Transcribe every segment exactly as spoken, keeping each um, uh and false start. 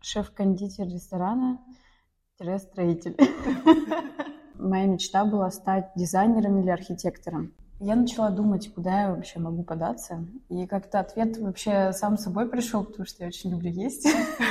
шеф-кондитер ресторана-строитель. Моя мечта была стать дизайнером или архитектором. Я начала думать, куда я вообще могу податься. И как-то ответ вообще сам собой пришел, потому что я очень люблю есть.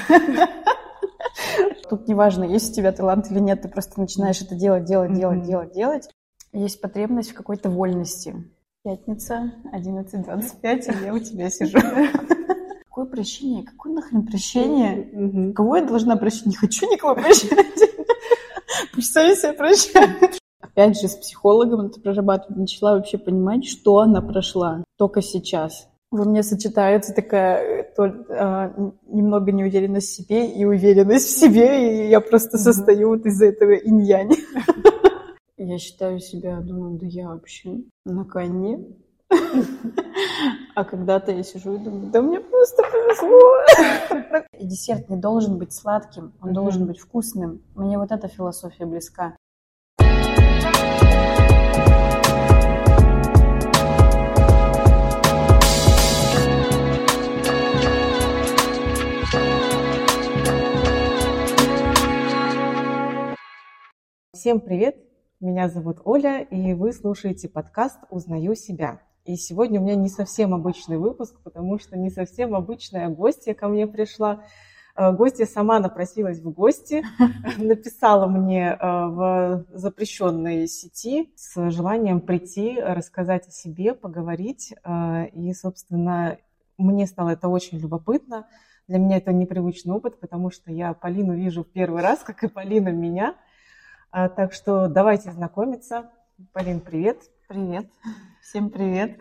Тут неважно, есть у тебя талант или нет, ты просто начинаешь это делать, делать, делать, делать, делать. Есть потребность в какой-то вольности. Пятница, одиннадцать двадцать пять, и я у тебя сижу. Какое прощение? Какое нахрен прощение? Кого я должна прощать? Не хочу никого прощать. Пусть сами себя прощают. Опять же, с психологом это прорабатывать, начала вообще понимать, что она прошла только сейчас. Во мне сочетается такая то, а, немного неуверенность в себе и уверенность в себе, и я просто состою вот из-за этого инь-янь. Я считаю себя, думаю, да я вообще на коне. А когда-то я сижу и думаю, да мне просто повезло. И десерт не должен быть сладким, он должен быть вкусным. Мне вот эта философия близка. Всем привет! Меня зовут Оля, и вы слушаете подкаст «Узнаю себя». И сегодня у меня не совсем обычный выпуск, потому что не совсем обычная гостья ко мне пришла. Гостья сама напросилась в гости, написала мне в запрещенной сети с желанием прийти, рассказать о себе, поговорить. И, собственно, мне стало это очень любопытно. Для меня это непривычный опыт, потому что я Полину вижу в первый раз, как и Полина меня. Так что давайте знакомиться. Полин, привет. Привет. Всем привет.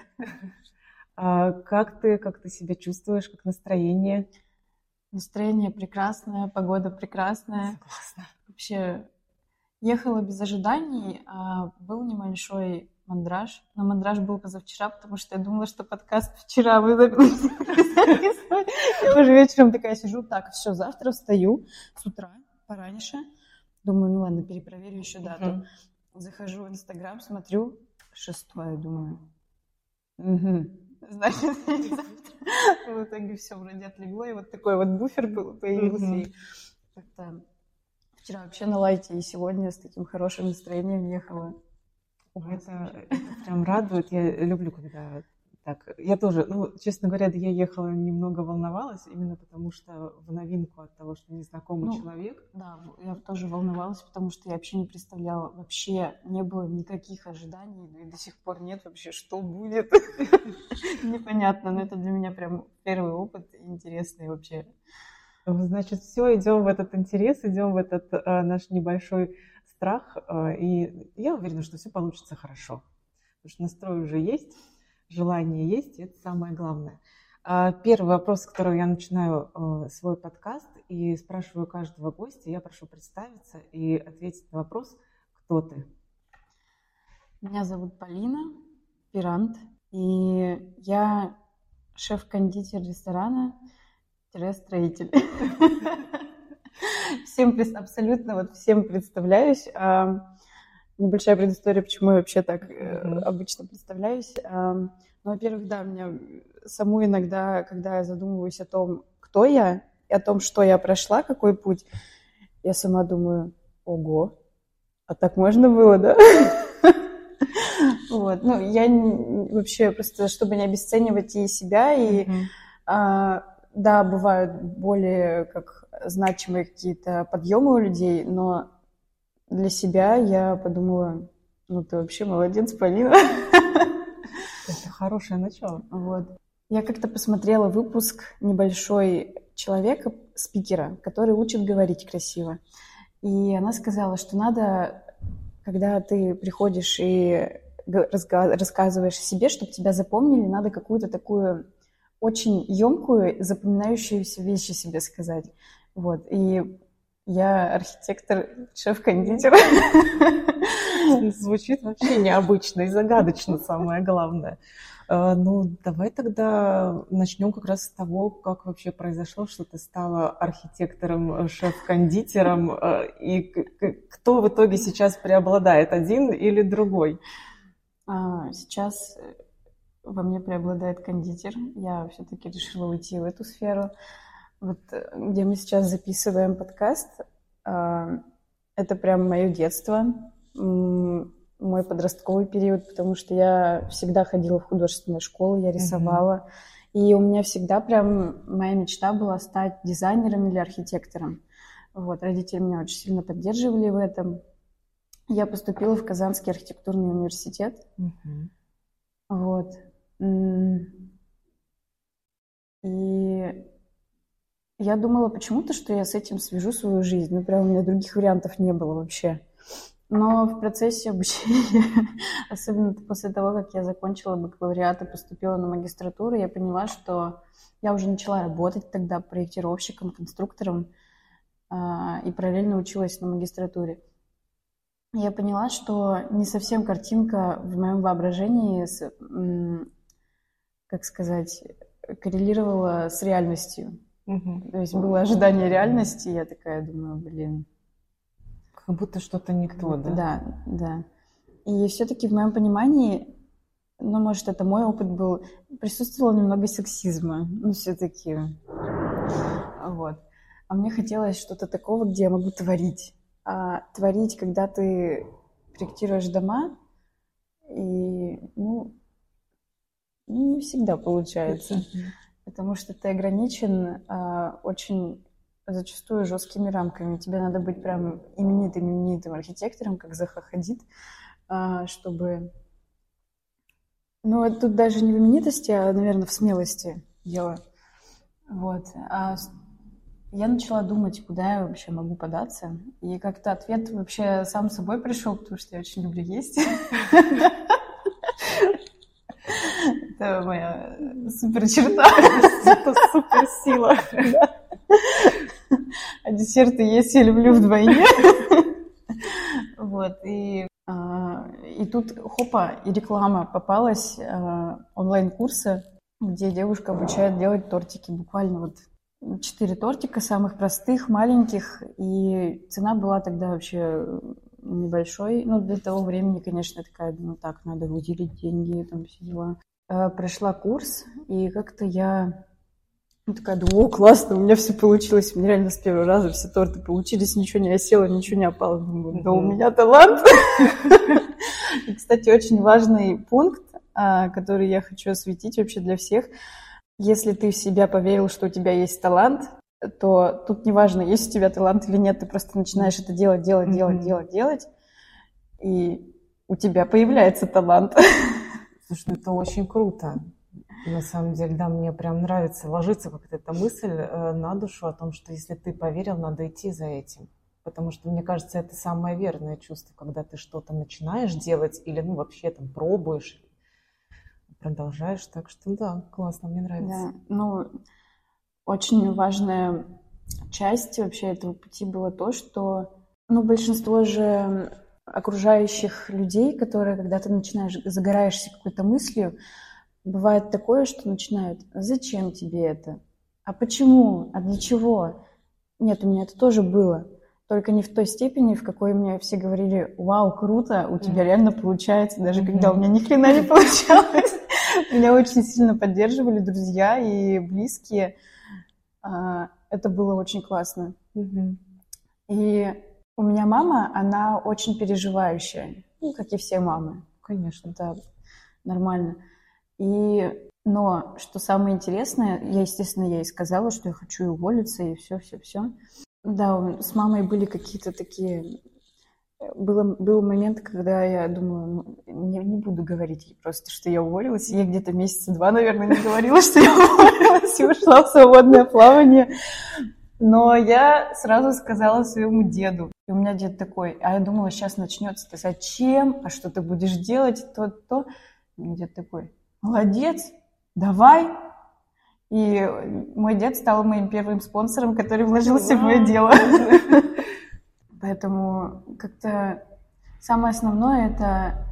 Как ты, как ты себя чувствуешь, как настроение? Настроение прекрасное, погода прекрасная. Согласна. Вообще ехала без ожиданий, а был небольшой мандраж. Но мандраж был позавчера, потому что я думала, что подкаст вчера вы записали. Я уже вечером такая сижу, так, все, завтра встаю с утра пораньше. Думаю, ну ладно, перепроверю еще дату. Захожу в Инстаграм, смотрю, шестое, думаю. Угу. Значит, завтра. В итоге все вроде отлегло, и вот такой вот буфер был, появился. Mm-hmm. И как-то вчера вообще на лайте, и сегодня с таким хорошим настроением ехала. О, это, это прям радует. Я люблю, когда так. Я тоже, ну, честно говоря, я ехала, немного волновалась, именно потому что в новинку от того, что незнакомый ну, человек. Да, я тоже волновалась, потому что я вообще не представляла, вообще не было никаких ожиданий, и до сих пор нет вообще, что будет. Непонятно, но это для меня прям первый опыт интересный вообще. Значит, все, идем в этот интерес, идем в этот а, наш небольшой страх, а, и я уверена, что все получится хорошо, потому что настрой уже есть. Желание есть, и это самое главное. Первый вопрос, с которого я начинаю свой подкаст и спрашиваю каждого гостя, я прошу представиться и ответить на вопрос, кто ты. Меня зовут Полина Пирант, и я шеф-кондитер ресторана-строитель. Всем, абсолютно вот всем представляюсь. Небольшая предыстория, почему я вообще так mm-hmm. обычно представляюсь. Ну, во-первых, да, меня саму иногда, когда я задумываюсь о том, кто я, и о том, что я прошла, какой путь, я сама думаю, ого, а так можно было, да? Вот, ну, я вообще просто, чтобы не обесценивать и себя, и, да, бывают более как значимые какие-то подъемы у людей, но для себя я подумала, ну ты вообще молодец, Полина. Это хорошее начало. Вот. Я как-то посмотрела выпуск небольшой человека, спикера, который учит говорить красиво. И она сказала, что надо, когда ты приходишь и рассказываешь о себе, чтобы тебя запомнили, надо какую-то такую очень емкую, запоминающуюся вещь о себе сказать. Вот. И я архитектор, шеф-кондитер. Звучит вообще необычно и загадочно, самое главное. Ну, давай тогда начнем как раз с того, как вообще произошло, что ты стала архитектором, шеф-кондитером, и кто в итоге сейчас преобладает, один или другой? Сейчас во мне преобладает кондитер. Я все-таки решила уйти в эту сферу. Вот э, где мы сейчас записываем подкаст, а, это прям мое детство, м, мой подростковый период, потому что я всегда ходила в художественную школу, я Мгм. рисовала. И у меня всегда прям моя мечта была стать дизайнером или архитектором. Вот, родители меня очень сильно поддерживали в этом. Я поступила в Казанский архитектурный университет. Мгм. Вот. М, И я думала почему-то, что я с этим свяжу свою жизнь. Ну, прям у меня других вариантов не было вообще. Но в процессе обучения, особенно после того, как я закончила бакалавриат и поступила на магистратуру, я поняла, что я уже начала работать тогда проектировщиком, конструктором, а, и параллельно училась на магистратуре. Я поняла, что не совсем картинка в моем воображении, с, м, как сказать, коррелировала с реальностью. Мгм. То есть было ожидание реальности, и я такая думаю, блин, Как будто что-то не как то, будто да? да, да. И все-таки в моем понимании, ну, может, это мой опыт был, присутствовало немного сексизма, ну, все-таки, вот. А мне хотелось что-то такого, где я могу творить. А творить, когда ты проектируешь дома, и, ну, ну, не всегда получается, Мгм. потому что ты ограничен а, очень зачастую жесткими рамками. Тебе надо быть прям именитым, именитым архитектором, как Заха Хадид, а, чтобы... Ну, это тут даже не в именитости, а, наверное, в смелости дело. Вот. А с- я начала думать, куда я вообще могу податься. И как-то ответ вообще сам собой пришел, потому что я очень люблю есть. Это моя супер черта. Это суперсила. А десерты есть я люблю вдвойне. Вот. И, а, и тут, хопа, и реклама попалась, а, онлайн-курсы, где девушка обучает делать тортики. Буквально вот четыре тортика, самых простых, маленьких. И цена была тогда вообще небольшой. Ну, для того времени, конечно, я такая, ну так, надо выделить деньги, там все дела. А, Прошла курс, и как-то я ну, такая думаю, о, классно, у меня все получилось. У меня реально с первого раза все торты получились, ничего не осело, ничего не опало. Думаю, да у Мгм. меня талант. И, кстати, очень важный пункт, а, который я хочу осветить вообще для всех. Если ты в себя поверил, что у тебя есть талант, то тут не важно, есть у тебя талант или нет, ты просто начинаешь это делать, делать, делать, Мгм. делать, делать, и у тебя появляется талант. Слушай, ну это очень круто. На самом деле, да, мне прям нравится ложиться как-то эта мысль э, на душу о том, что если ты поверил, надо идти за этим. Потому что, мне кажется, это самое верное чувство, когда ты что-то начинаешь делать или, ну, вообще там пробуешь, продолжаешь. Так что, да, классно, мне нравится. Да, ну, очень важная часть вообще этого пути было то, что, ну, большинство же окружающих людей, которые, когда ты начинаешь, загораешься какой-то мыслью, бывает такое, что начинают, зачем тебе это? А почему? А для чего? Нет, у меня это тоже было. Только не в той степени, в какой мне все говорили, вау, круто, у тебя Мгм. реально получается, даже Мгм. когда у меня ни хрена не получалось. Меня очень сильно поддерживали друзья и близкие. А, Это было очень классно. Мгм. И у меня мама, она очень переживающая, ну, как и все мамы. Конечно. Это нормально. И, но что самое интересное, я, естественно, ей сказала, что я хочу уволиться, и все, все, все. Да, у- с мамой были какие-то такие... Было, был момент, когда я думала, ну, не, не буду говорить ей просто, что я уволилась. И я где-то месяца два, наверное, не говорила, что я уволилась и ушла в свободное плавание. Но я сразу сказала своему деду. И у меня дед такой, а я думала, сейчас начнется. Ты зачем? А что ты будешь делать? То-то. И дед такой, молодец, давай. И мой дед стал моим первым спонсором, который вложился в мое дело. Поэтому как-то самое основное это,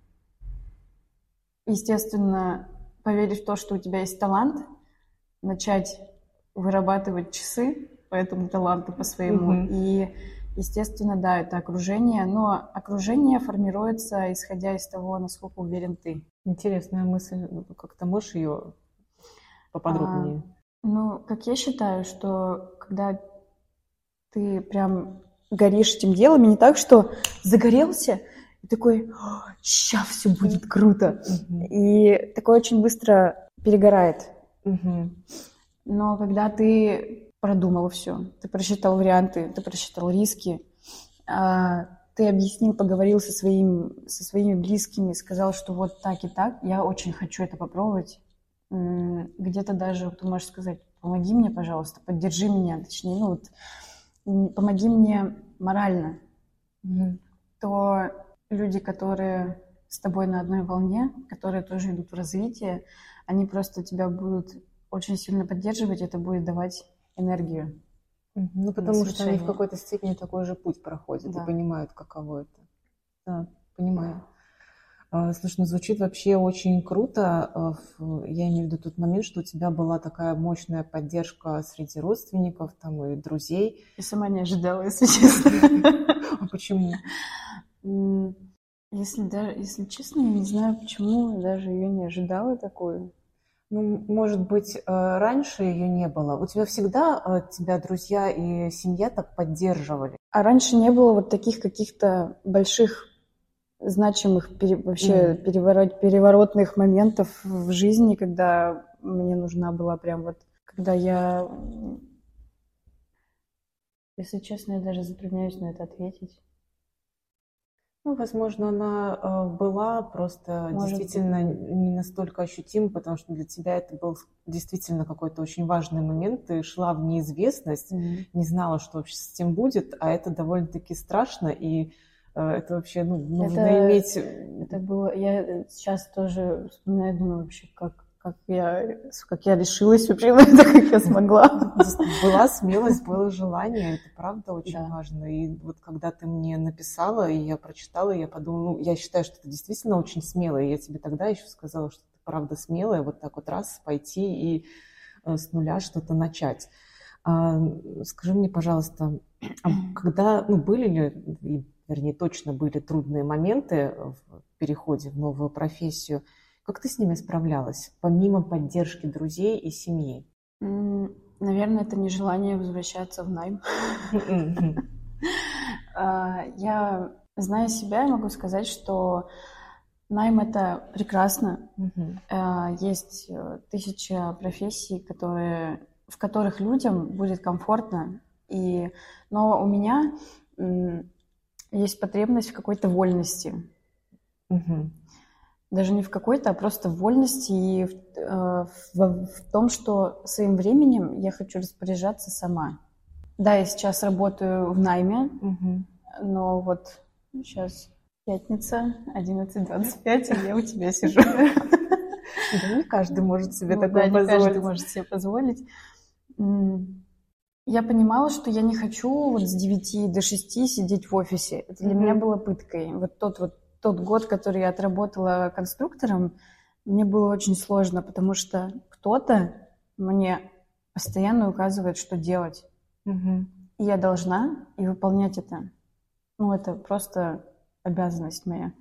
естественно, поверить в то, что у тебя есть талант, начать вырабатывать часы по этому таланту, по своему. Мгм. И, естественно, да, это окружение, но окружение формируется, исходя из того, насколько уверен ты. Интересная мысль. Как-то можешь ее А, поподробнее? Ну, как я считаю, что когда ты прям горишь этим делом, и не так, что загорелся, и такой, сейчас все будет круто. Мгм. И такое очень быстро перегорает. Мгм. Но когда ты продумал все, ты просчитал варианты, ты просчитал риски, а, ты объяснил, поговорил со, своим, со своими близкими, сказал, что вот так и так, я очень хочу это попробовать. М, Где-то даже ты можешь сказать, помоги мне, пожалуйста, поддержи меня, точнее, ну вот, м, помоги мне морально. Мгм. То люди, которые с тобой на одной волне, которые тоже идут в развитие, они просто тебя будут очень сильно поддерживать, это будет давать энергию Мгм. Ну, на потому что они в совершение. какой-то степени такой же путь проходят и Да. понимают, каково это. Да, понимаю. А, Слушай, ну звучит вообще очень круто. А, в- Я имею в виду тот момент, что у тебя была такая мощная поддержка среди родственников там и друзей. Я сама не ожидала, если честно. А почему? М, Если, даже, если честно, я не знаю, почему я даже ее не ожидала такую. Ну, может быть, э, раньше ее не было. У тебя всегда э, тебя друзья и семья так поддерживали? А раньше не было вот таких каких-то больших значимых пере- вообще М. переворот, переворотных моментов в жизни, когда мне нужна была прям вот, когда я, м, если честно, я даже затрудняюсь на это ответить. Ну, возможно, она э, была просто Может быть, действительно не настолько ощутима, потому что для тебя это был действительно какой-то очень важный момент. Ты шла в неизвестность, мгм. не знала, что вообще с этим будет, а это довольно-таки страшно, и э, это вообще, ну, нужно Это, иметь... это было, я сейчас тоже вспоминаю, думаю вообще, как, как я, как я решилась вообще на это, как я смогла. Была смелость, было желание, это правда очень Да. важно. И вот когда ты мне написала, и я прочитала, я подумала, ну, я считаю, что это действительно очень смело. И я тебе тогда еще сказала, что ты правда смелая, вот так вот раз пойти и э, с нуля что-то начать. А, скажи мне, пожалуйста, а когда, ну, были ли, и, вернее, точно были трудные моменты в переходе в новую профессию, как ты с ними справлялась, помимо поддержки друзей и семьи? М, Наверное, это нежелание возвращаться в найм. Мгм. А, Я, зная себя, я могу сказать, что найм — это прекрасно. Мгм. А, Есть э, тысяча профессий, которые, в которых людям будет комфортно. И, но у меня м, есть потребность в какой-то вольности. Мгм. Даже не в какой-то, а просто в вольности и в, э, в- в том, что своим временем я хочу распоряжаться сама. Да, я сейчас работаю в найме, Мгм. но вот сейчас пятница, одиннадцать двадцать пять, и я у тебя сижу. Да, не каждый может себе Ну да, такое не каждый позволить. может себе позволить. М, Я понимала, что я не хочу вот с девяти до шести сидеть в офисе. Это для меня Мгм. было пыткой. Вот тот вот тот год, который я отработала конструктором, мне было очень сложно, потому что кто-то мне постоянно указывает, что делать. Мгм. И я должна и выполнять это. Ну, это просто обязанность моя.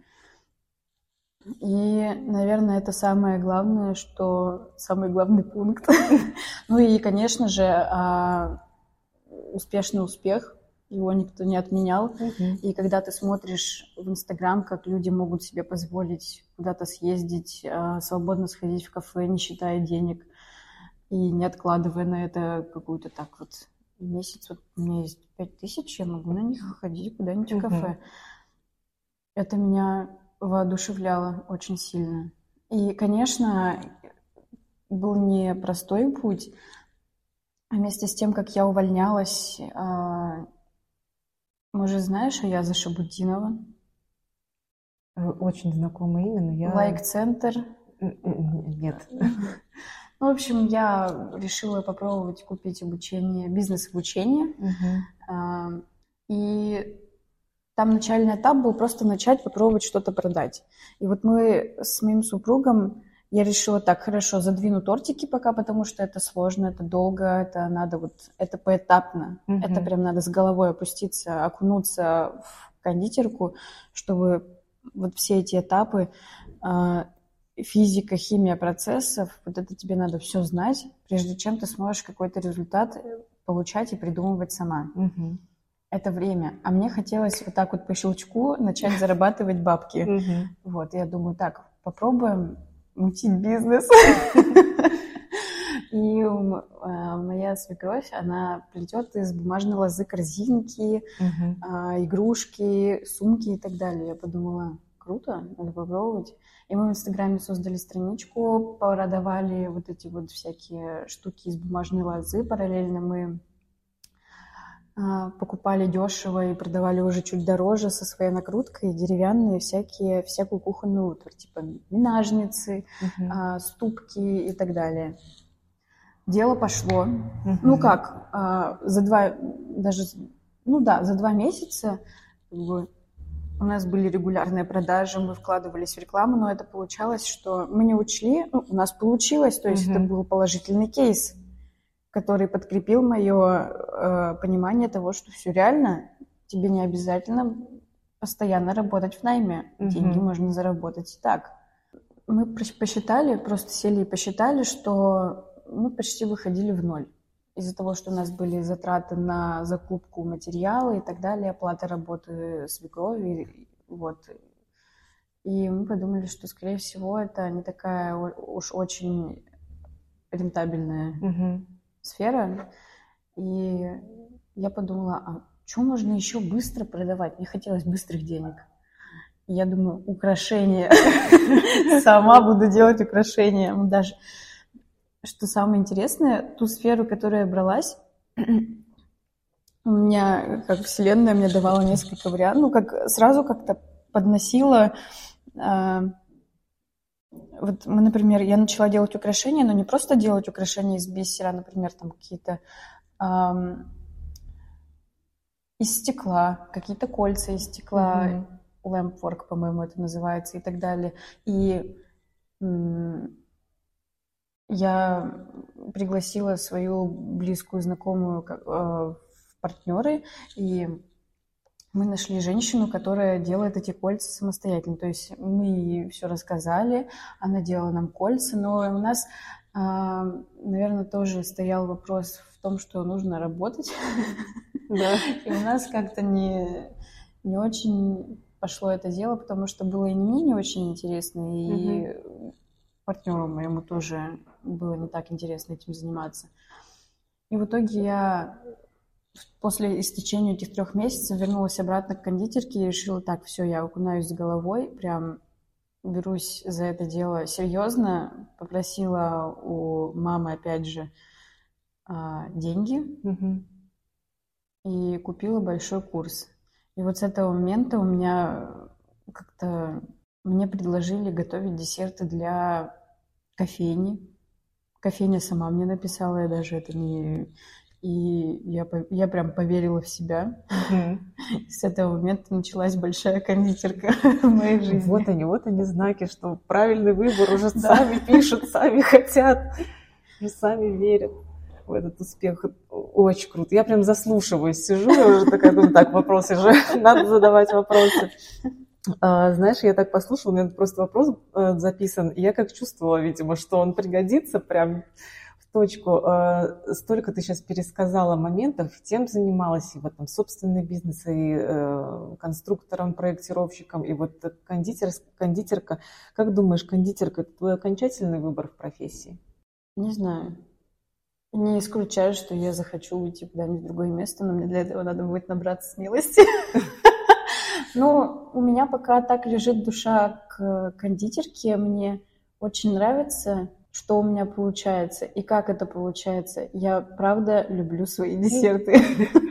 И, наверное, это самое главное, что самый главный пункт. Ну и, конечно же, а, успешный успех, его никто не отменял. Мгм. И когда ты смотришь в Инстаграм, как люди могут себе позволить куда-то съездить, а, свободно сходить в кафе, не считая денег и не откладывая на это какую-то так вот месяц. Вот у меня есть пять тысяч, я могу на них ходить куда-нибудь в Мгм. кафе. Это меня воодушевляло очень сильно. И, конечно, был не простой путь. Вместе с тем, как я увольнялась, а, может, знаешь Аяза Шабутдинова? Э, Очень знакомое имя, но я... Лайк-центр. М, м, Нет. Ну, в общем, я решила попробовать купить обучение, бизнес-обучение. Мгм. А, И там начальный этап был просто начать попробовать что-то продать. И вот мы с моим супругом, я решила так, хорошо, задвину тортики пока, потому что это сложно, это долго, это надо вот, это поэтапно. Мгм. Это прям надо с головой опуститься, окунуться в кондитерку, чтобы вот все эти этапы а, физика, химия процессов, вот это тебе надо все знать, прежде чем ты сможешь какой-то результат получать и придумывать сама. Угу. Это время. А мне хотелось вот так вот по щелчку начать зарабатывать бабки. Угу. Вот, я думаю, так, попробуем мутить бизнес. И моя свекровь, она плетет из бумажной лозы корзинки, игрушки, сумки и так далее. Я подумала, круто, надо попробовать. И мы в Инстаграме создали страничку, продавали вот эти вот всякие штуки из бумажной лозы. Параллельно мы покупали дешево и продавали уже чуть дороже со своей накруткой деревянные всякие, всякую кухонную утварь, типа минажницы, uh-huh. ступки и так далее. Дело пошло. Uh-huh. Ну как, за два, даже, ну да, за два месяца как бы, у нас были регулярные продажи, мы вкладывались в рекламу, но это получалось, что мы не учли, ну, у нас получилось, то есть uh-huh. это был положительный кейс, который подкрепил мое э, понимание того, что все реально, тебе не обязательно постоянно работать в найме, uh-huh. деньги можно заработать и так. Мы посчитали, просто сели и посчитали, что мы почти выходили в ноль. Из-за того, что у нас были затраты на закупку материала и так далее, оплата работы свекрови, вот. И мы подумали, что, скорее всего, это не такая уж очень рентабельная uh-huh. сфера. И я подумала, а что можно еще быстро продавать? Мне хотелось быстрых денег. И я думаю, украшения. Сама буду делать украшения. Даже... Что самое интересное, ту сферу, которую я бралась, у меня, как вселенная, мне давала несколько вариантов, ну, как сразу как-то подносила. Э, вот мы, например, я начала делать украшения, но не просто делать украшения из бисера, например, там какие-то э, из стекла, какие-то кольца из стекла, mm-hmm. lampwork, по-моему, это называется, и так далее. И э, я пригласила свою близкую знакомую в партнеры, и мы нашли женщину, которая делает эти кольца самостоятельно. То есть мы ей все рассказали, она делала нам кольца, но у нас, наверное, тоже стоял вопрос в том, что нужно работать. Да. И у нас как-то не, не очень пошло это дело, потому что было и мне не очень интересно, и угу. партнеру моему тоже было не так интересно этим заниматься. И в итоге я после истечения этих трех месяцев вернулась обратно к кондитерке и решила, так, все, я окунаюсь с головой, прям берусь за это дело серьезно. Попросила у мамы, опять же, деньги угу. и купила большой курс. И вот с этого момента у меня как-то... Мне предложили готовить десерты для кофейни. Кофейня сама мне написала, я даже это не... И я, я прям поверила в себя. Mm-hmm. С этого момента началась большая кондитерка в моей жизни. Вот они, вот они знаки, что правильный выбор уже сами пишут, сами хотят, уже сами верят в этот успех. Очень круто. Я прям заслушиваюсь, сижу, я уже такая думаю, так, вопросы же, надо задавать вопросы. А, знаешь, я так послушала, у меня просто вопрос э, записан, и я как чувствовала, видимо, что он пригодится прям в точку. Э, столько ты сейчас пересказала моментов, тем занималась, и вот там собственный бизнес, и э, конструктором, проектировщиком, и вот кондитер, кондитерка. Как думаешь, кондитерка – это твой окончательный выбор в профессии? Не знаю. Не исключаю, что я захочу уйти куда-нибудь в другое место, но мне для этого надо будет набраться смелости. Ну, у меня пока так лежит душа к кондитерке. Мне очень нравится, что у меня получается и как это получается. Я, правда, люблю свои десерты.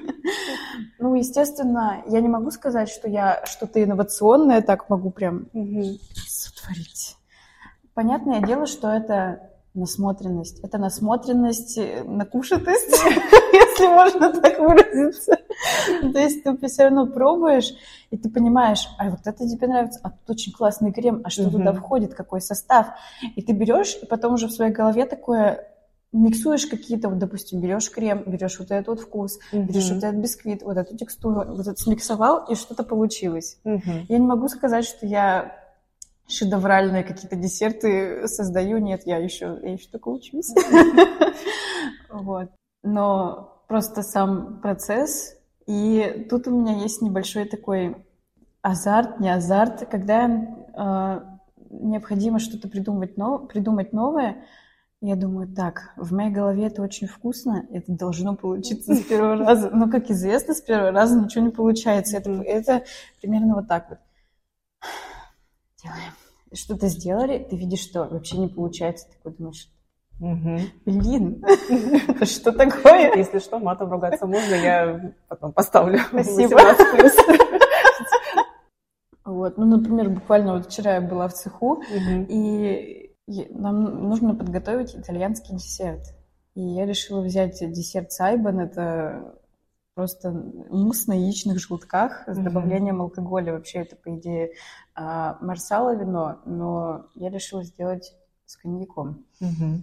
Ну, естественно, я не могу сказать, что я что-то инновационное так могу прям сотворить. Понятное дело, что это насмотренность. Это насмотренность, накушатость, если можно так выразиться. То есть ты все равно пробуешь, и ты понимаешь, а вот это тебе нравится, а тут очень классный крем, а что uh-huh. туда входит, какой состав. И ты берешь, и потом уже в своей голове такое миксуешь какие-то, вот, допустим, берешь крем, берешь вот этот вот вкус, uh-huh. берешь вот этот бисквит, вот эту текстуру, вот это смиксовал, и что-то получилось. Uh-huh. Я не могу сказать, что я шедевральные какие-то десерты создаю. Нет, я еще, я еще только учусь. Вот. Но просто сам процесс. И тут у меня есть небольшой такой азарт, не азарт, когда э, необходимо что-то придумать, нов- придумать новое. Я думаю, так, в моей голове это очень вкусно, это должно получиться с первого раза. Но, как известно, с первого раза ничего не получается. Это, это примерно вот так вот. Делаем. Что-то сделали, ты видишь, что вообще не получается. Ты такой думаешь, угу. Блин, это что такое? Если что, матом ругаться можно, я потом поставлю. Спасибо. Вот, ну, например, буквально вот вчера я была в цеху, и нам нужно подготовить итальянский десерт. И я решила взять десерт Сайбан. Это просто мусс на яичных желтках с добавлением алкоголя. Вообще это, по идее, марсала вино, но я решила сделать с коньяком. Mm-hmm.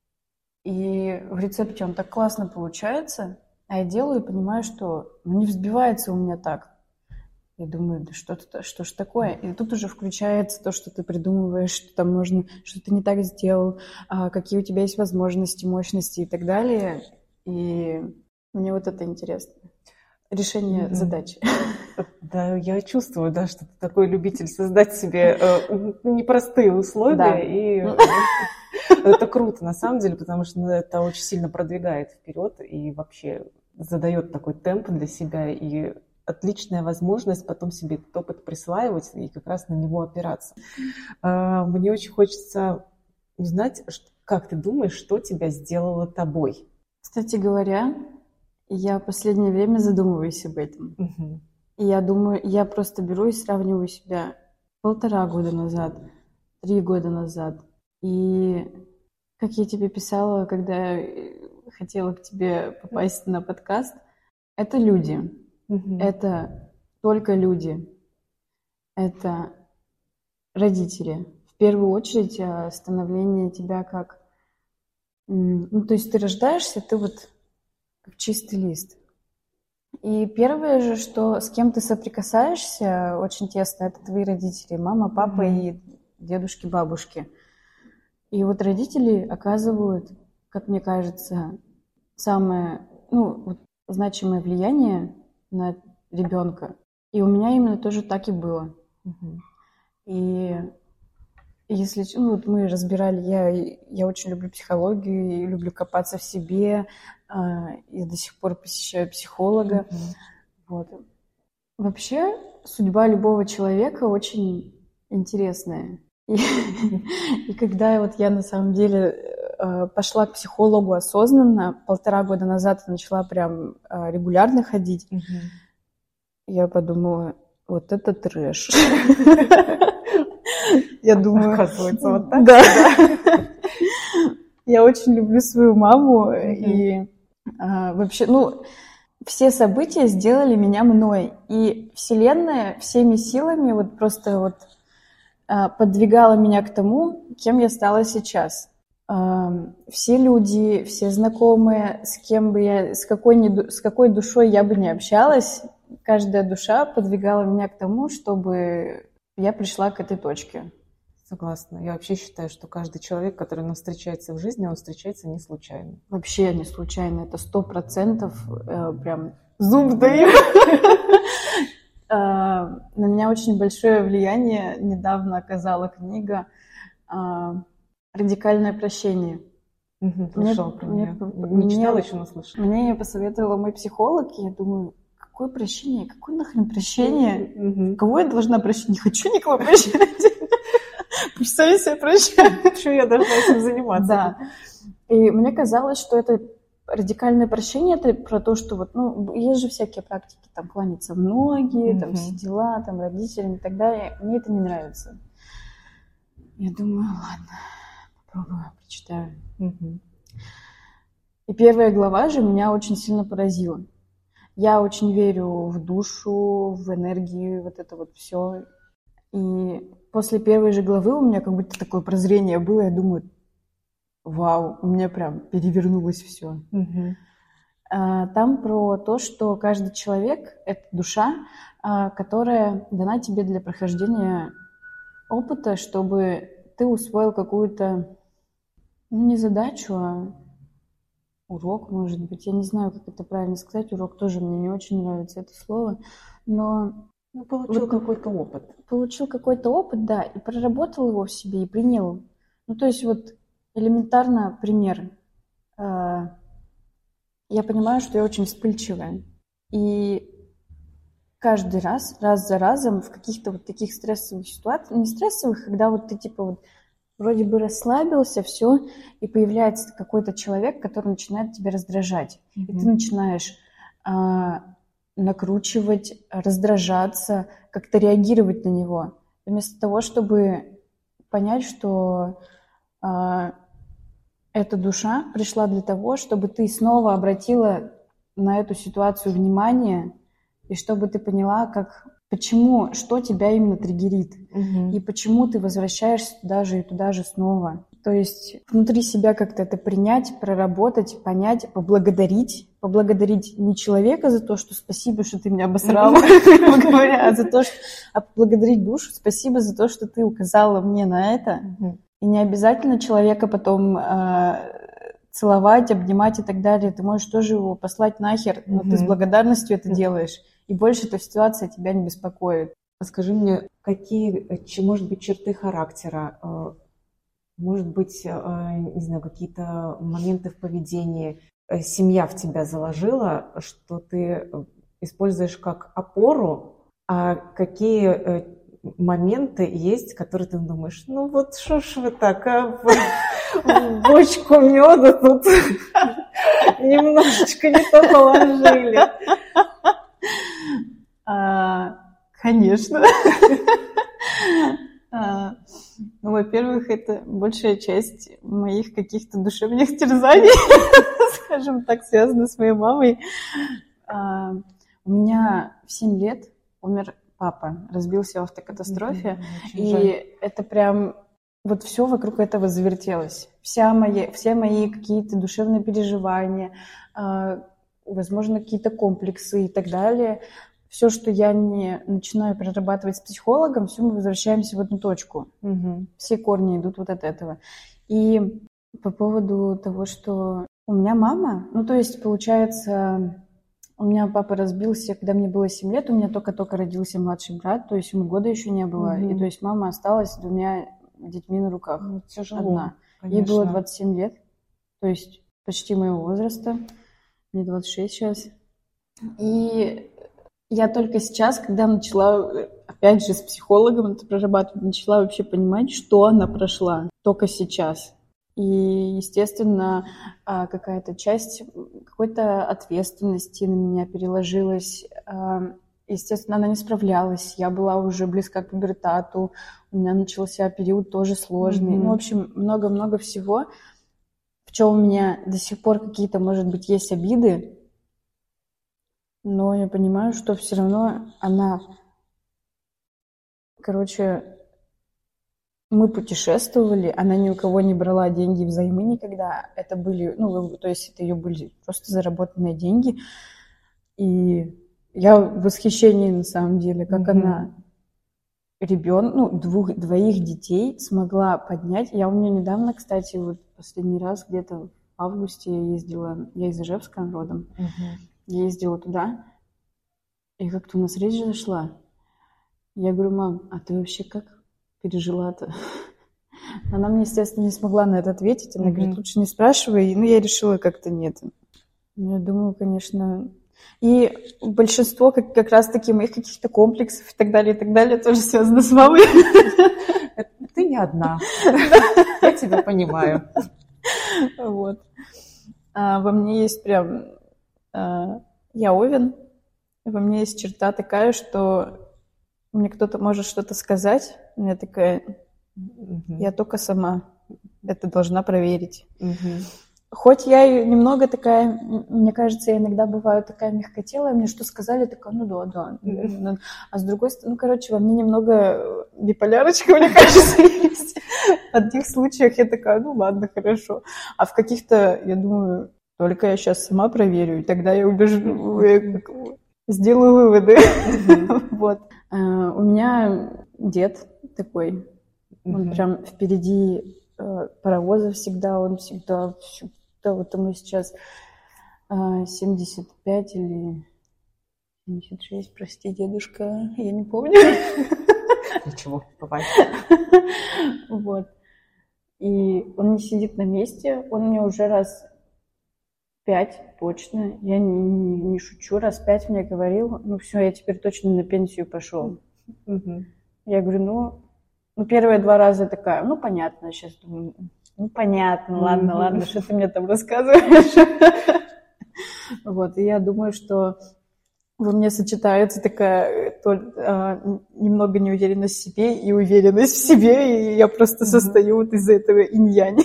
И в рецепте он так классно получается, а я делаю и понимаю, что ну, не взбивается у меня так. Я думаю, да что, что ж такое? И тут уже включается то, что ты придумываешь, что там нужно, что ты не так сделал, а какие у тебя есть возможности, мощности и так далее. И мне вот это интересно. Решение mm-hmm. задачи. Да, я чувствую, да, что ты такой любитель создать себе э, непростые условия. Да. И это круто, на самом деле, потому что это очень сильно продвигает вперед и вообще задает такой темп для себя и отличная возможность потом себе этот опыт присваивать и как раз на него опираться. Мне очень хочется узнать, как ты думаешь, что тебя сделало тобой? Кстати говоря, я в последнее время задумываюсь об этом. Угу. И я думаю, я просто беру и сравниваю себя полтора года назад, три года назад. И как я тебе писала, когда я хотела к тебе попасть на подкаст, это люди. Угу. Это только люди. Это родители. В первую очередь становление тебя как... Ну, то есть ты рождаешься, ты вот как чистый лист. И первое же, что с кем ты соприкасаешься очень тесно, это твои родители. Мама, папа mm-hmm. и дедушки, бабушки. И вот родители оказывают, как мне кажется, самое ну, вот, значимое влияние на ребенка. И у меня именно тоже так и было. Mm-hmm. И если ну, вот мы разбирали, я, я очень люблю психологию и люблю копаться в себе. Я до сих пор посещаю психолога. Mm-hmm. Вот. Вообще, судьба любого человека очень интересная. И, и когда вот я на самом деле пошла к психологу осознанно, полтора года назад я начала прям регулярно ходить, mm-hmm. я подумала, вот это трэш. Я думаю... Оказывается, вот так? Да. Я очень люблю свою маму, и вообще, ну, все события сделали меня мной. И Вселенная всеми силами вот просто вот подвигала меня к тому, кем я стала сейчас. Все люди, все знакомые, с кем бы я, с какой, с какой душой я бы не общалась, каждая душа подвигала меня к тому, чтобы я пришла к этой точке. Согласна. Я вообще считаю, что каждый человек, который нам встречается в жизни, он встречается не случайно. Вообще не случайно. Это сто процентов прям зуб даю. На меня очень большое влияние недавно оказала книга «Радикальное прощение». Слышала про нее. Не читала еще, но слышала. Мне ее посоветовала мой психолог, и я думаю, какое прощение? Какое нахрен прощение? Кого я должна прощать? Не хочу никого прощать. Пусть сами себя прощают. Почему я должна этим заниматься? Да. И мне казалось, что это радикальное прощение, это про то, что вот, ну, есть же всякие практики, там, кланяться в ноги, mm-hmm. там, все дела, там, родителям и так далее. Мне это не нравится. Я думаю, ладно, попробую, прочитаю. Mm-hmm. И первая глава же меня очень сильно поразила. Я очень верю в душу, в энергию, вот это вот все. И после первой же главы у меня как будто такое прозрение было. Я думаю, вау, у меня прям перевернулось все. Угу. Там про то, что каждый человек — это душа, которая дана тебе для прохождения опыта, чтобы ты усвоил какую-то, ну, не задачу, а урок, может быть. Я не знаю, как это правильно сказать. Урок тоже мне не очень нравится это слово. Но Ну, получил вот какой-то опыт. получил какой-то опыт, да, и проработал его в себе, и принял. Ну, то есть вот элементарно пример. А, Я понимаю, что я очень вспыльчивая. И каждый раз, раз за разом, в каких-то вот таких стрессовых ситуациях, не стрессовых, когда вот ты типа вот вроде бы расслабился, все, и появляется какой-то человек, который начинает тебя раздражать. Mm-hmm. И ты начинаешь а, накручивать, раздражаться, как-то реагировать на него. Вместо того, чтобы понять, что а, эта душа пришла для того, чтобы ты снова обратила на эту ситуацию внимание, и чтобы ты поняла, как, почему, что тебя именно триггерит, угу. и почему ты возвращаешься туда же и туда же снова. То есть внутри себя как-то это принять, проработать, понять, поблагодарить. Поблагодарить не человека за то, что спасибо, что ты меня обосрала, грубо говоря, а за то, что... А поблагодарить душу, спасибо за то, что ты указала мне на это. И не обязательно человека потом целовать, обнимать и так далее. Ты можешь тоже его послать нахер, но ты с благодарностью это делаешь. И больше эта ситуация тебя не беспокоит. Скажи мне, какие, может быть, черты характера, может быть, не знаю, какие-то моменты в поведении семья в тебя заложила, что ты используешь как опору, а какие моменты есть, которые ты думаешь, ну вот что ж вы так, а, в бочку меда тут немножечко не то положили. А, конечно. а, ну, во-первых, это большая часть моих каких-то душевных терзаний, скажем так, связана с моей мамой. А, у меня в семь лет умер папа, разбился в автокатастрофе, mm-hmm. и жаль. Это прям вот все вокруг этого завертелось. Вся моя, все мои какие-то душевные переживания, а, возможно, какие-то комплексы и так далее. Все, что я не начинаю прорабатывать с психологом, все мы возвращаемся в одну точку. Угу. Все корни идут вот от этого. И по поводу того, что у меня мама, ну то есть получается, у меня папа разбился, когда мне было семь лет, у меня только-только родился младший брат, то есть ему года еще не было. Угу. И то есть мама осталась с двумя детьми на руках. Ну, тяжело, одна. Конечно. Ей было двадцать семь лет, то есть почти моего возраста. Мне двадцать шесть сейчас. И я только сейчас, когда начала, опять же, с психологом это прорабатывать, начала вообще понимать, что она прошла. Только сейчас. И, естественно, какая-то часть какой-то ответственности на меня переложилась. Естественно, она не справлялась. Я была уже близка к пубертату. У меня начался период тоже сложный. Mm-hmm. Ну, в общем, много-много всего, в чем у меня до сих пор какие-то, может быть, есть обиды. Но я понимаю, что все равно она... Короче, мы путешествовали, она ни у кого не брала деньги взаймы никогда. Это были, ну, то есть это ее были просто заработанные деньги. И я в восхищении на самом деле, как mm-hmm. она ребенок, ну, двух, двоих детей смогла поднять. Я у нее недавно, кстати, вот последний раз где-то в августе я ездила, я из Ижевска родом. Mm-hmm. Я ездила туда, и как-то у нас речь зашла. Я говорю, мам, а ты вообще как пережила-то? Она мне, естественно, не смогла на это ответить. Она mm-hmm. говорит, лучше не спрашивай. Ну, я решила как-то нет. Я думаю, конечно... И большинство как, как раз-таки моих каких-то комплексов и так далее, и так далее тоже связано с мамой. Ты не одна. Я тебя понимаю. Вот. Во мне есть прям... Я Овен, во мне есть черта такая, что мне кто-то может что-то сказать, у меня такая, uh-huh. я только сама это должна проверить. Uh-huh. Хоть я и немного такая, мне кажется, я иногда бываю такая мягкотелая, мне что сказали, такая, ну да, да. Uh-huh. А с другой стороны, ну, короче, во мне немного биполярочка, мне кажется, есть. В одних случаях я такая, ну ладно, хорошо. А в каких-то, я думаю... Только я сейчас сама проверю, и тогда я убежу, я сделаю выводы. Mm-hmm. Вот. Uh, у меня дед такой Он Мгм. прям впереди э, паровоза всегда, он всегда, всегда, вот ему сейчас э, семьдесят пять или семьдесят шесть, прости, дедушка, я не помню. Ничего, бывает. Вот. И он не сидит на месте, он мне уже раз пять точно, я не, не- не шучу, раз пять мне говорил, ну все, я теперь точно на пенсию пошел. Мгм. Я говорю, ну, ну первые два раза я такая, ну понятно, сейчас думаю, ну понятно, ладно, Мгм. ладно, что ты мне там рассказываешь. Вот, и я думаю, что во мне сочетается такая э, то- а, н- немного неуверенность в себе и уверенность в себе, и я просто Мгм. состою вот из этого инь-янь.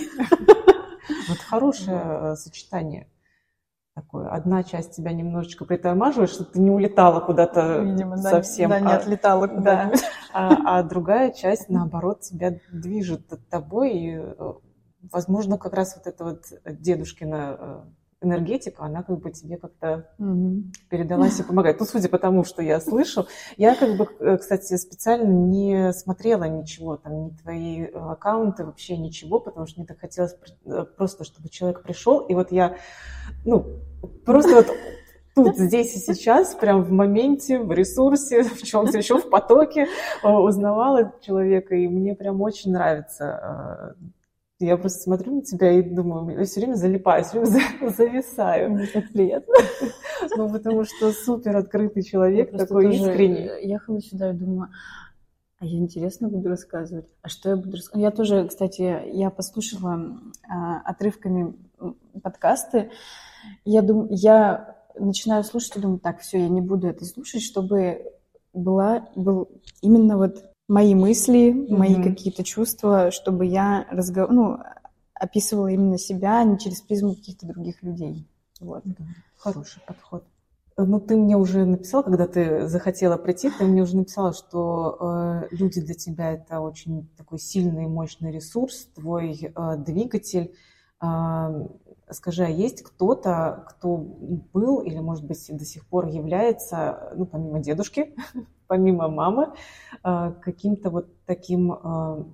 Вот хорошее э, сочетание такое. Одна часть тебя немножечко притормаживает, чтобы ты не улетала куда-то Видимо, да, совсем, да, не а, отлетала да, куда-нибудь. а, а другая часть, наоборот, тебя движет от тобой. И, э, возможно, как раз вот эта вот дедушкина э, энергетика, она как бы тебе как-то Мгм. передалась и помогает. Ну, судя по тому, что я слышу. Я как бы, э, кстати, специально не смотрела ничего, там, ни твои э, аккаунты, вообще ничего, потому что мне так хотелось пр- э, просто, чтобы человек пришел, и вот я, ну, просто вот тут, здесь и сейчас, прям в моменте, в ресурсе, в чем-то еще, в потоке э, узнавала человека, и мне прям очень нравится. э, Я просто смотрю на тебя и думаю, я все время залипаю, все время за- зависаю. Мне так приятно. Ну, потому что супер открытый Я человек, просто такой тоже искренний. э, ехала сюда и думаю, а я интересно буду рассказывать. А что я буду рассказывать? Я тоже, кстати, я послушала а, отрывками м, подкасты. Я думаю, я начинаю слушать и думаю, так, все, я не буду это слушать, чтобы была, был именно вот мои мысли, мои Мгм. какие-то чувства, чтобы я разгов... ну, описывала именно себя, а не через призму каких-то других людей. Вот. Да, хороший подход. Ну, ты мне уже написала, когда ты захотела прийти, ты мне уже написала, что э, люди для тебя это очень такой сильный, мощный ресурс, твой э, двигатель. А, скажи, а есть кто-то, кто был или, может быть, до сих пор является, ну, помимо дедушки, помимо мамы, э, каким-то вот таким, э,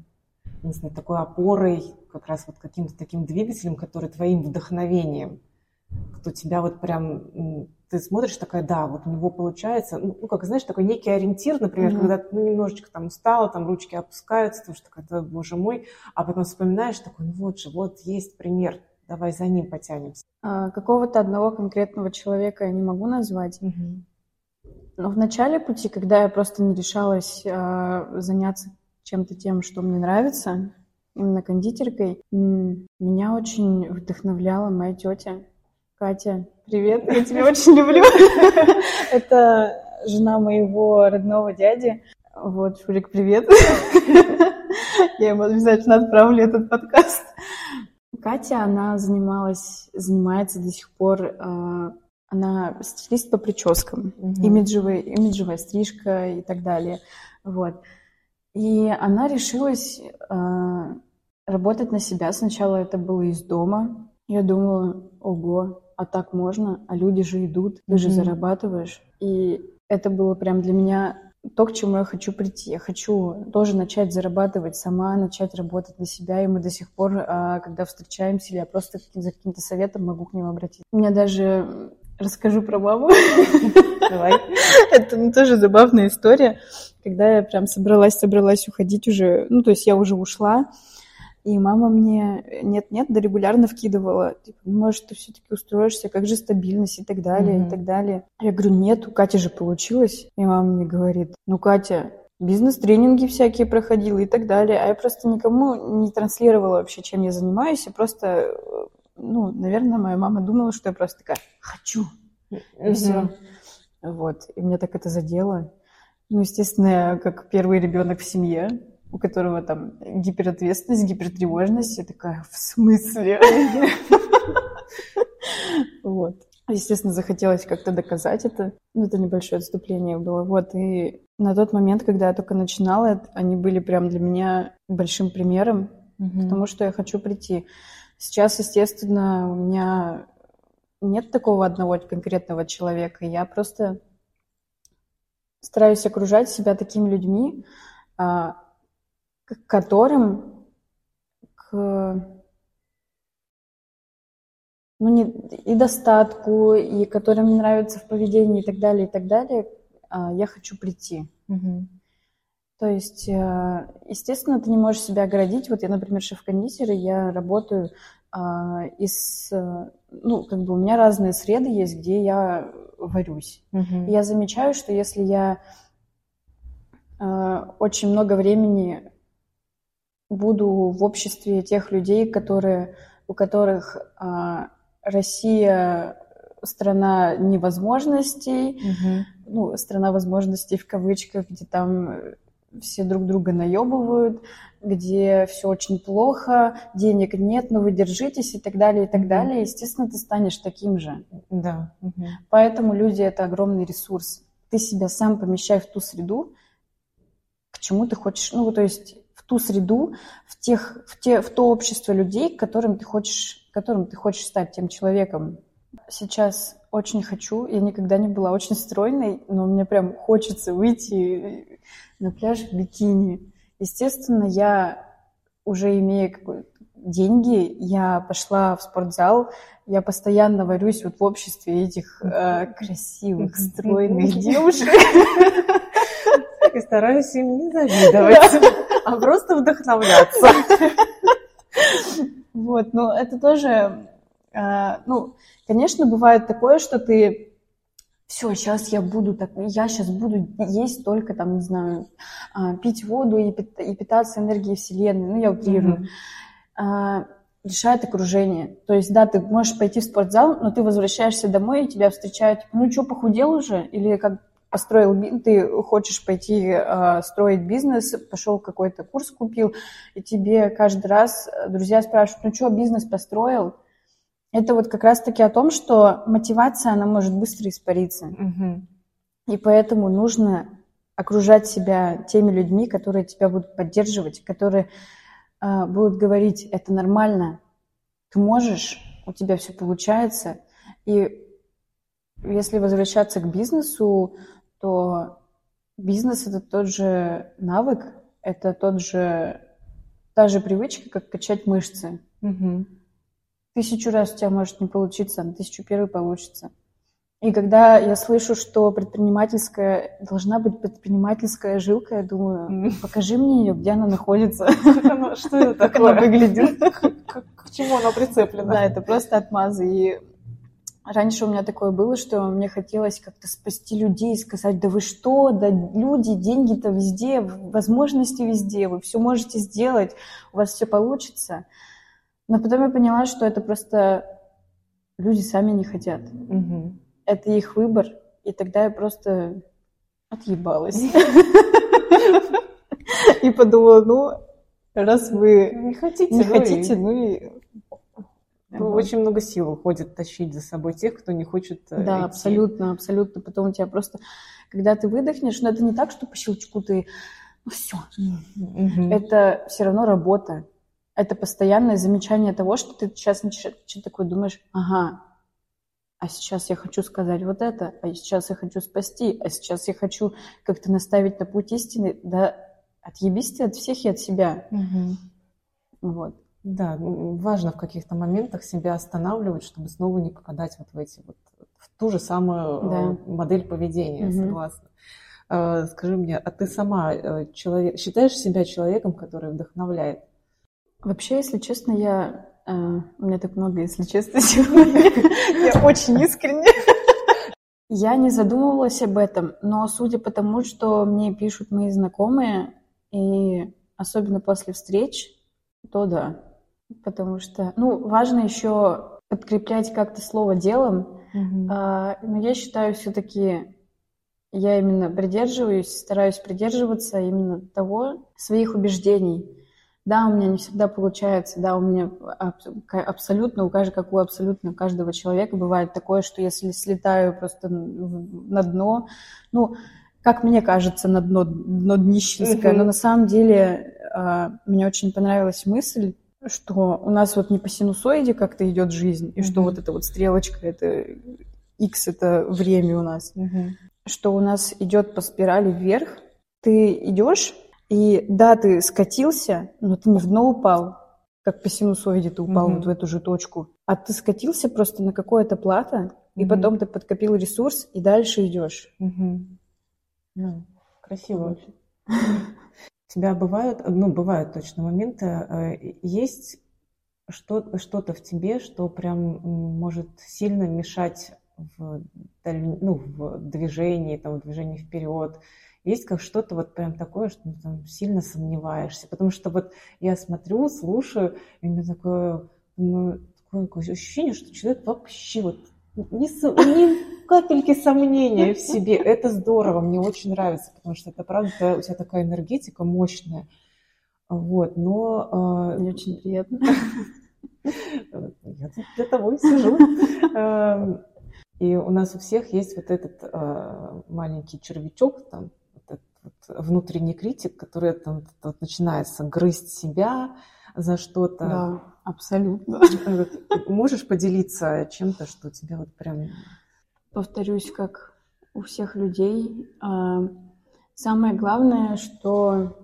не знаю, такой опорой, как раз вот каким-то таким двигателем, который твоим вдохновением, кто тебя вот прям, м, ты смотришь, такая, да, вот у него получается, ну, ну, как, знаешь, такой некий ориентир, например, Мгм. когда ты ну, немножечко там устала, там ручки опускаются, потому что такая, «Да, боже мой», а потом вспоминаешь, такой, ну вот же, вот есть пример, давай за ним потянемся. А, Какого-то одного конкретного человека я не могу назвать. Мгм. Но в начале пути, когда я просто не решалась а, заняться чем-то тем, что мне нравится, именно кондитеркой, м, меня очень вдохновляла моя тетя Катя. Привет, я тебя очень люблю. Это жена моего родного дяди. Вот, Шурик, привет. Я ему обязательно отправлю этот подкаст. Катя, она занималась, занимается до сих пор, а, она стилист по прическам, Мгм. имиджевая, имиджевая стрижка и так далее. Вот. И она решилась а, работать на себя. Сначала это было из дома. Я думала, ого, а так можно? А люди же идут, ты же Мгм. зарабатываешь. И это было прям для меня то, к чему я хочу прийти. Я хочу тоже начать зарабатывать сама, начать работать на себя. И мы до сих пор, а, когда встречаемся, или я просто каким- за каким-то советом могу к ним обратиться. У меня даже м, расскажу про маму. Давай. Это ну, тоже забавная история. Когда я прям собралась, собралась уходить уже, ну, то есть я уже ушла, и мама мне нет-нет, да регулярно вкидывала, типа, ну, может, ты все-таки устроишься, как же стабильность и так далее, Мгм. и так далее. Я говорю, нет, у Кати же получилось. И мама мне говорит, ну, Катя, бизнес-тренинги всякие проходила и так далее. А я просто никому не транслировала вообще, чем я занимаюсь. Я просто, э, ну, наверное, моя мама думала, что я просто такая, хочу, и все. Мгм. Вот. И меня так это задело. Ну, естественно, я как первый ребенок в семье, у которого там гиперответственность, гипертревожность, я такая, в смысле? Вот. Естественно, захотелось как-то доказать это. Ну, это небольшое отступление было. Вот. И на тот момент, когда я только начинала, они были прям для меня большим примером к тому, Мгм. что я хочу прийти. Сейчас, естественно, у меня нет такого одного конкретного человека. Я просто стараюсь окружать себя такими людьми, а, к которым, к, ну, не, и достатку, и которым мне нравится в поведении и так далее, и так далее, я хочу прийти. Угу. То есть, естественно, ты не можешь себя оградить. Вот я, например, шеф-кондитер, и я работаю а, из... Ну, как бы у меня разные среды есть, где я варюсь. Угу. И я замечаю, что если я а, очень много времени буду в обществе тех людей, которые, у которых а, Россия страна невозможностей, угу. ну, страна возможностей в кавычках, где там все друг друга наебывают, где все очень плохо, денег нет, но вы держитесь и так далее, и так mm-hmm. далее. Естественно, ты станешь таким же. Да. Mm-hmm. Поэтому люди — это огромный ресурс. Ты себя сам помещай в ту среду, к чему ты хочешь, ну, то есть в ту среду, в, тех, в, те, в то общество людей, которым ты хочешь, которым ты хочешь стать, тем человеком. Сейчас очень хочу, я никогда не была очень стройной, но мне прям хочется выйти на пляж в бикини. Естественно, я уже имея деньги, я пошла в спортзал, я постоянно варюсь вот в обществе этих э, красивых, стройных девушек. И стараюсь им не завидовать, а просто вдохновляться. Вот, но это тоже, ну, конечно, бывает такое, что ты все, сейчас я буду так, я сейчас буду есть только там, не знаю, пить воду и питаться энергией Вселенной, ну, я утрирую. Mm-hmm. Решает окружение. То есть, да, ты можешь пойти в спортзал, но ты возвращаешься домой, и тебя встречают, ну, что, похудел уже? Или как построил, ты хочешь пойти э, строить бизнес, пошел какой-то курс купил, и тебе каждый раз друзья спрашивают, ну, что, бизнес построил? Это вот как раз-таки о том, что мотивация, она может быстро испариться. Угу. И поэтому нужно окружать себя теми людьми, которые тебя будут поддерживать, которые э, будут говорить, это нормально, ты можешь, у тебя все получается. И если возвращаться к бизнесу, то бизнес — это тот же навык, это тот же, та же привычка, как качать мышцы. Угу. Тысячу раз у тебя может не получиться, а на тысячу первый получится. И когда я слышу, что предпринимательская, должна быть предпринимательская жилка, я думаю, покажи мне ее, где она находится. Что это такое? Как она выглядит? К чему она прицеплена? Да, это просто отмазы. И раньше у меня такое было, что мне хотелось как-то спасти людей, сказать, да вы что, да люди, деньги-то везде, возможности везде, вы все можете сделать, у вас все получится. Но потом я поняла, что это просто люди сами не хотят. Угу. Это их выбор, и тогда я просто отъебалась. И подумала, ну, раз вы не хотите, не хотите, ну и... Очень много сил уходит тащить за собой тех, кто не хочет идти. Да, абсолютно, абсолютно. Потом у тебя просто, когда ты выдохнешь, но это не так, что по щелчку ты, ну все. Это все равно работа. Это постоянное замечание того, что ты сейчас что-то такое думаешь, ага, а сейчас я хочу сказать вот это, а сейчас я хочу спасти, а сейчас я хочу как-то наставить на путь истины. Да отъебись ты от всех и от себя. Угу. Вот. Да, важно в каких-то моментах себя останавливать, чтобы снова не попадать вот в эти вот в ту же самую да. модель поведения, угу. согласна. Скажи мне, а ты сама человек, считаешь себя человеком, который вдохновляет? Вообще, если честно, я... Э, у меня так много, если честно, сегодня. Я очень искренне. Я не задумывалась об этом, но судя по тому, что мне пишут мои знакомые, и особенно после встреч, то да. Потому что, ну, важно еще подкреплять как-то слово делом. Mm-hmm. А, но я считаю, все-таки я именно придерживаюсь, стараюсь придерживаться именно того, своих убеждений. Да, у меня не всегда получается, да, у меня абсолютно, у каждого, как у абсолютно каждого человека бывает такое, что если слетаю просто на дно, ну, как мне кажется, на дно, дно днищенское, mm-hmm. но на самом деле мне очень понравилась мысль, что у нас вот не по синусоиде как-то идет жизнь, и mm-hmm. что вот эта вот стрелочка, это X, это время у нас, mm-hmm. что у нас идет по спирали вверх, ты идешь, И да, ты скатился, но ты не в дно упал, как по синусоиде ты упал Мгм. вот в эту же точку, а ты скатился просто на какое-то плато, и Мгм. потом ты подкопил ресурс, и дальше идешь. Мгм. Ну, красиво Вот. очень. У тебя бывают, ну, бывают точно моменты, э, есть что, что-то в тебе, что прям м, может сильно мешать в, даль- ну, в движении, там, в движении вперед. Есть как что-то вот прям такое, что ну, там, сильно сомневаешься. Потому что вот я смотрю, слушаю, и у меня такое, думаю, такое какое ощущение, что человек вообще вот ни, со- ни капельки сомнения в себе. Это здорово, мне очень нравится, потому что это правда, у тебя такая энергетика мощная. Вот, но Мне очень приятно. э, я тут для того и сижу. Эм, И у нас у всех есть вот этот э, маленький червячок, там, вот этот вот внутренний критик, который там вот начинается грызть себя за что-то. Да, абсолютно. Э, вот можешь поделиться чем-то, что тебя вот прям... Повторюсь, как у всех людей. а, Самое главное, что,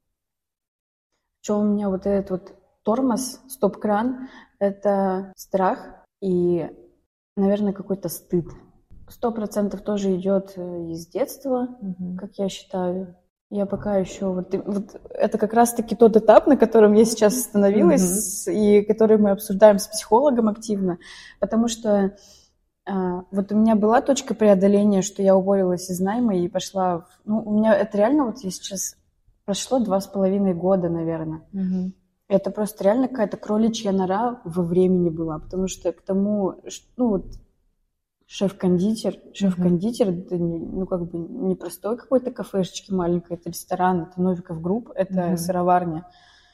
что у меня вот этот вот тормоз, стоп-кран, это страх и, наверное, какой-то стыд. Сто процентов тоже идет э, из детства, Мгм. как я считаю. Я пока еще вот, и- вот это как раз-таки тот этап, на котором я сейчас остановилась и который мы обсуждаем с психологом активно, потому что а, вот у меня была точка преодоления, что я уволилась из найма и пошла, в- ну у меня это реально вот я сейчас прошло два с половиной года, наверное. Мгм. Это просто реально какая-то кроличья нора во времени была, потому что к тому, ш- ну вот шеф-кондитер, шеф-кондитер, это не, ну как бы не простой какой-то кафешечки маленькой, это ресторан, это Новиков Групп, это Мгм. сыроварня.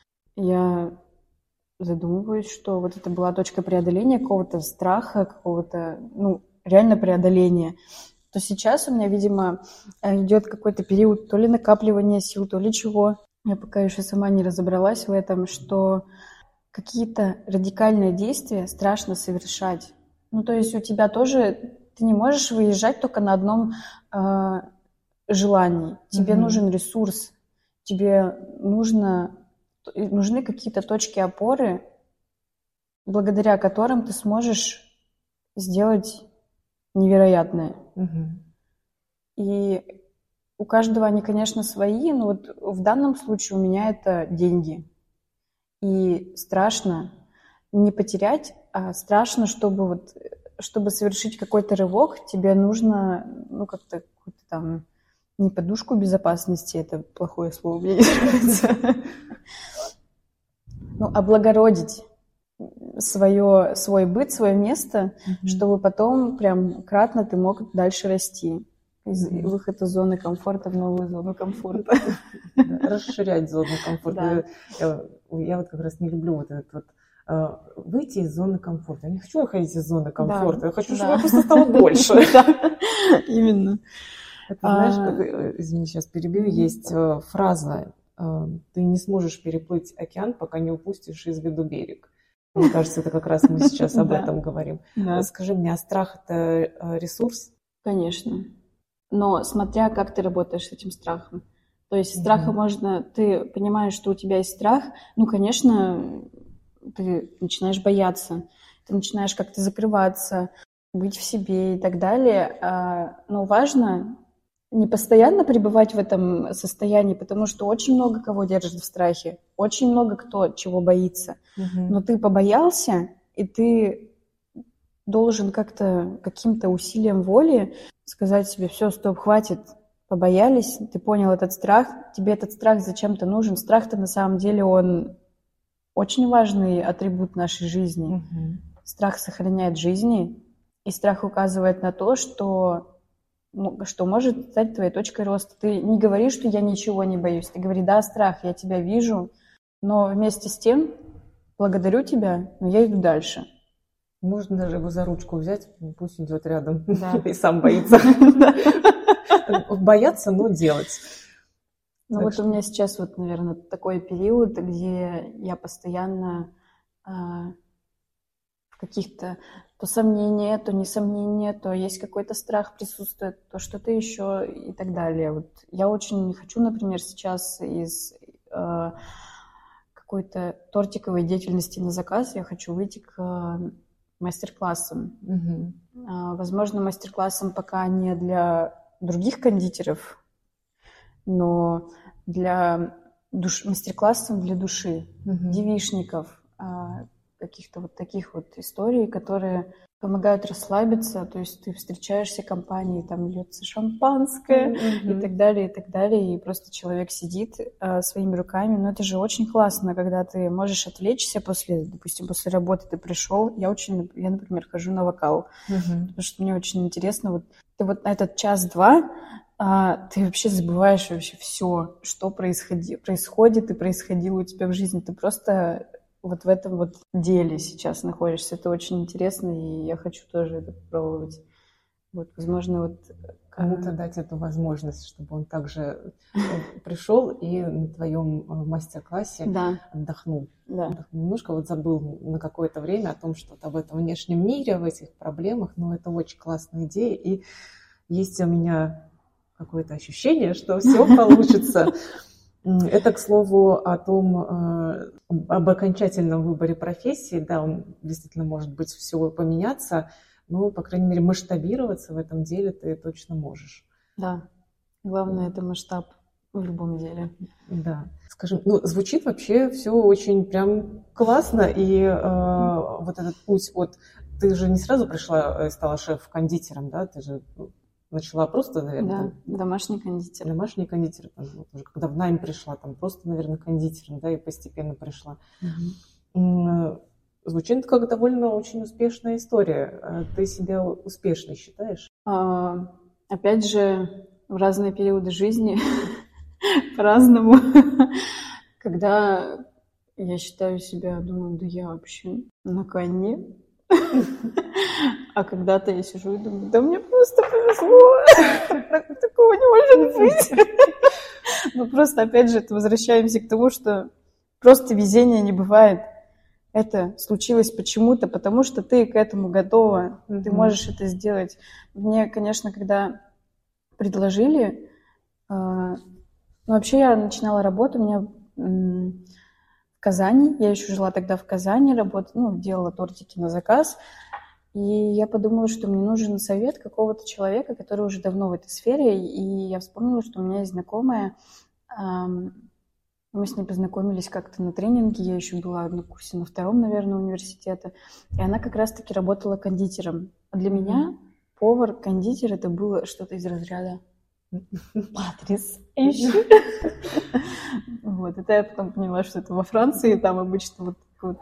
Я задумываюсь, что вот это была точка преодоления какого-то страха, какого-то, ну, реально преодоления. То сейчас у меня, видимо, э, идет какой-то период то ли накапливания сил, то ли чего. Я пока еще сама не разобралась в этом, что какие-то радикальные действия страшно совершать. Ну, то есть у тебя тоже, ты не можешь выезжать только на одном э, желании. Тебе Мгм. нужен ресурс, тебе нужно, нужны какие-то точки опоры, благодаря которым ты сможешь сделать невероятное. Мгм. И у каждого они, конечно, свои, но вот в данном случае у меня это деньги. И страшно не потерять, а страшно, чтобы вот, чтобы совершить какой-то рывок, тебе нужно, ну, как-то какую-то там, не подушку безопасности, это плохое слово, мне не нравится, ну, облагородить свое, свой быт, свое место, Мгм. чтобы потом прям кратно ты мог дальше расти. Из, Мгм. выход из зоны комфорта в новую зону комфорта. Да, расширять зону комфорта. Да. Я, я вот как раз не люблю вот этот вот э, выйти из зоны комфорта. Я не хочу выходить из зоны комфорта. Да, Я хочу, да. чтобы я просто стало больше. Да, именно. Это знаешь, А, как, э, извини, сейчас перебью, мгм. есть э, фраза э, «ты не сможешь переплыть океан, пока не упустишь из виду берег». Мне кажется, это как раз мы сейчас об Да, этом говорим. да, Скажи мне, а страх – это э, ресурс? конечно. Но смотря как ты работаешь с этим страхом. То есть страха Мгм. можно... Ты понимаешь, что у тебя есть страх, ну, конечно, ты начинаешь бояться, ты начинаешь как-то закрываться, быть в себе и так далее. А, Но важно не постоянно пребывать в этом состоянии, потому что очень много кого держит в страхе, очень много кто чего боится. Мгм. Но ты побоялся, и ты должен как-то каким-то усилием воли сказать себе: все, стоп, хватит, побоялись, ты понял этот страх, тебе этот страх зачем-то нужен. Страх-то на самом деле он очень важный атрибут нашей жизни. Мгм. Страх сохраняет жизни, и страх указывает на то, что, ну, что может стать твоей точкой роста. Ты не говоришь, что я ничего не боюсь. Ты говоришь: да, страх, я тебя вижу, но вместе с тем благодарю тебя, но я иду дальше. Можно даже его за ручку взять, пусть идет рядом Да. и сам боится. Бояться, но делать. Ну Так вот что- у меня сейчас вот, наверное, такой период, где я постоянно а, каких-то то сомнения, то несомнения, то есть какой-то страх присутствует, то что-то еще и так далее. Вот я очень не хочу, например, сейчас из э, какой-то тортиковой деятельности на заказ, я хочу выйти к э, мастер-классам. Угу. Э, возможно, мастер-классам пока не для других кондитеров, но для душ... мастер-классов для души, угу. девичников, э, каких-то вот таких вот историй, которые помогают расслабиться, то есть ты встречаешься в компании, там льется шампанское mm-hmm. и так далее, и так далее, и просто человек сидит э, своими руками, но это же очень классно, когда ты можешь отвлечься после, допустим, после работы ты пришел, я очень, я, например, хожу на вокал, mm-hmm. потому что мне очень интересно, вот ты вот на этот час-два а, ты вообще забываешь вообще все, что происходи, происходит и происходило у тебя в жизни, ты просто вот в этом вот деле сейчас находишься. Это очень интересно, и я хочу тоже это попробовать. Вот, возможно, вот... Кому-то дать эту возможность, чтобы он также пришел и на твоем мастер-классе да. отдохнул. Да. отдохнул. Немножко вот забыл на какое-то время о том, что об этом внешнем мире, в этих проблемах, но это очень классная идея, и есть у меня какое-то ощущение, что все получится. Это, к слову, о том, об окончательном выборе профессии. Да, он действительно может быть все поменяться, но, по крайней мере, масштабироваться в этом деле ты точно можешь. Да, главное – это масштаб в любом деле. Да. Скажем, ну, звучит вообще все очень прям классно, и э, вот этот путь от... Ты же не сразу пришла и стала шеф-кондитером, да? Ты же... Начала просто, наверное... Да, домашний кондитер. Домашний кондитер. Там, вот, уже когда в найм пришла, там просто, наверное, кондитером, да, и постепенно пришла. Угу. Звучит как довольно очень успешная история. Ты себя успешной считаешь? А, опять же, в разные периоды жизни по-разному. Когда я считаю себя, думаю, да я вообще на коне. А когда-то я сижу и думаю, да мне просто повезло, такого не может быть. Ну просто, опять же, возвращаемся к тому, что просто везения не бывает. Это случилось почему-то, потому что ты к этому готова, mm-hmm. ты можешь это сделать. Мне, конечно, когда предложили, э, ну вообще я начинала работу, у меня э, в Казани, я еще жила тогда в Казани, работала, ну, делала тортики на заказ. И я подумала, что мне нужен совет какого-то человека, который уже давно в этой сфере. И я вспомнила, что у меня есть знакомая. Мы с ней познакомились как-то на тренинге. Я еще была на курсе на втором, наверное, университета. И она как раз-таки работала кондитером. А для меня повар-кондитер это было что-то из разряда потрясающе. Вот. Это я потом поняла, что это во Франции. Там обычно вот вот.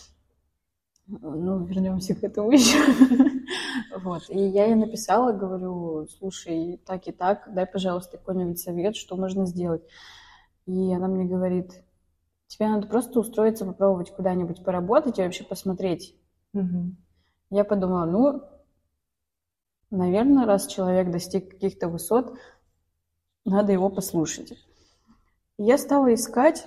Ну, вернемся к этому еще. Вот. И я ей написала, говорю, слушай, так и так, дай, пожалуйста, какой-нибудь совет, что можно сделать. И она мне говорит, тебе надо просто устроиться, попробовать куда-нибудь поработать и вообще посмотреть. Угу. Я подумала, ну, наверное, раз человек достиг каких-то высот, надо его послушать. И я стала искать,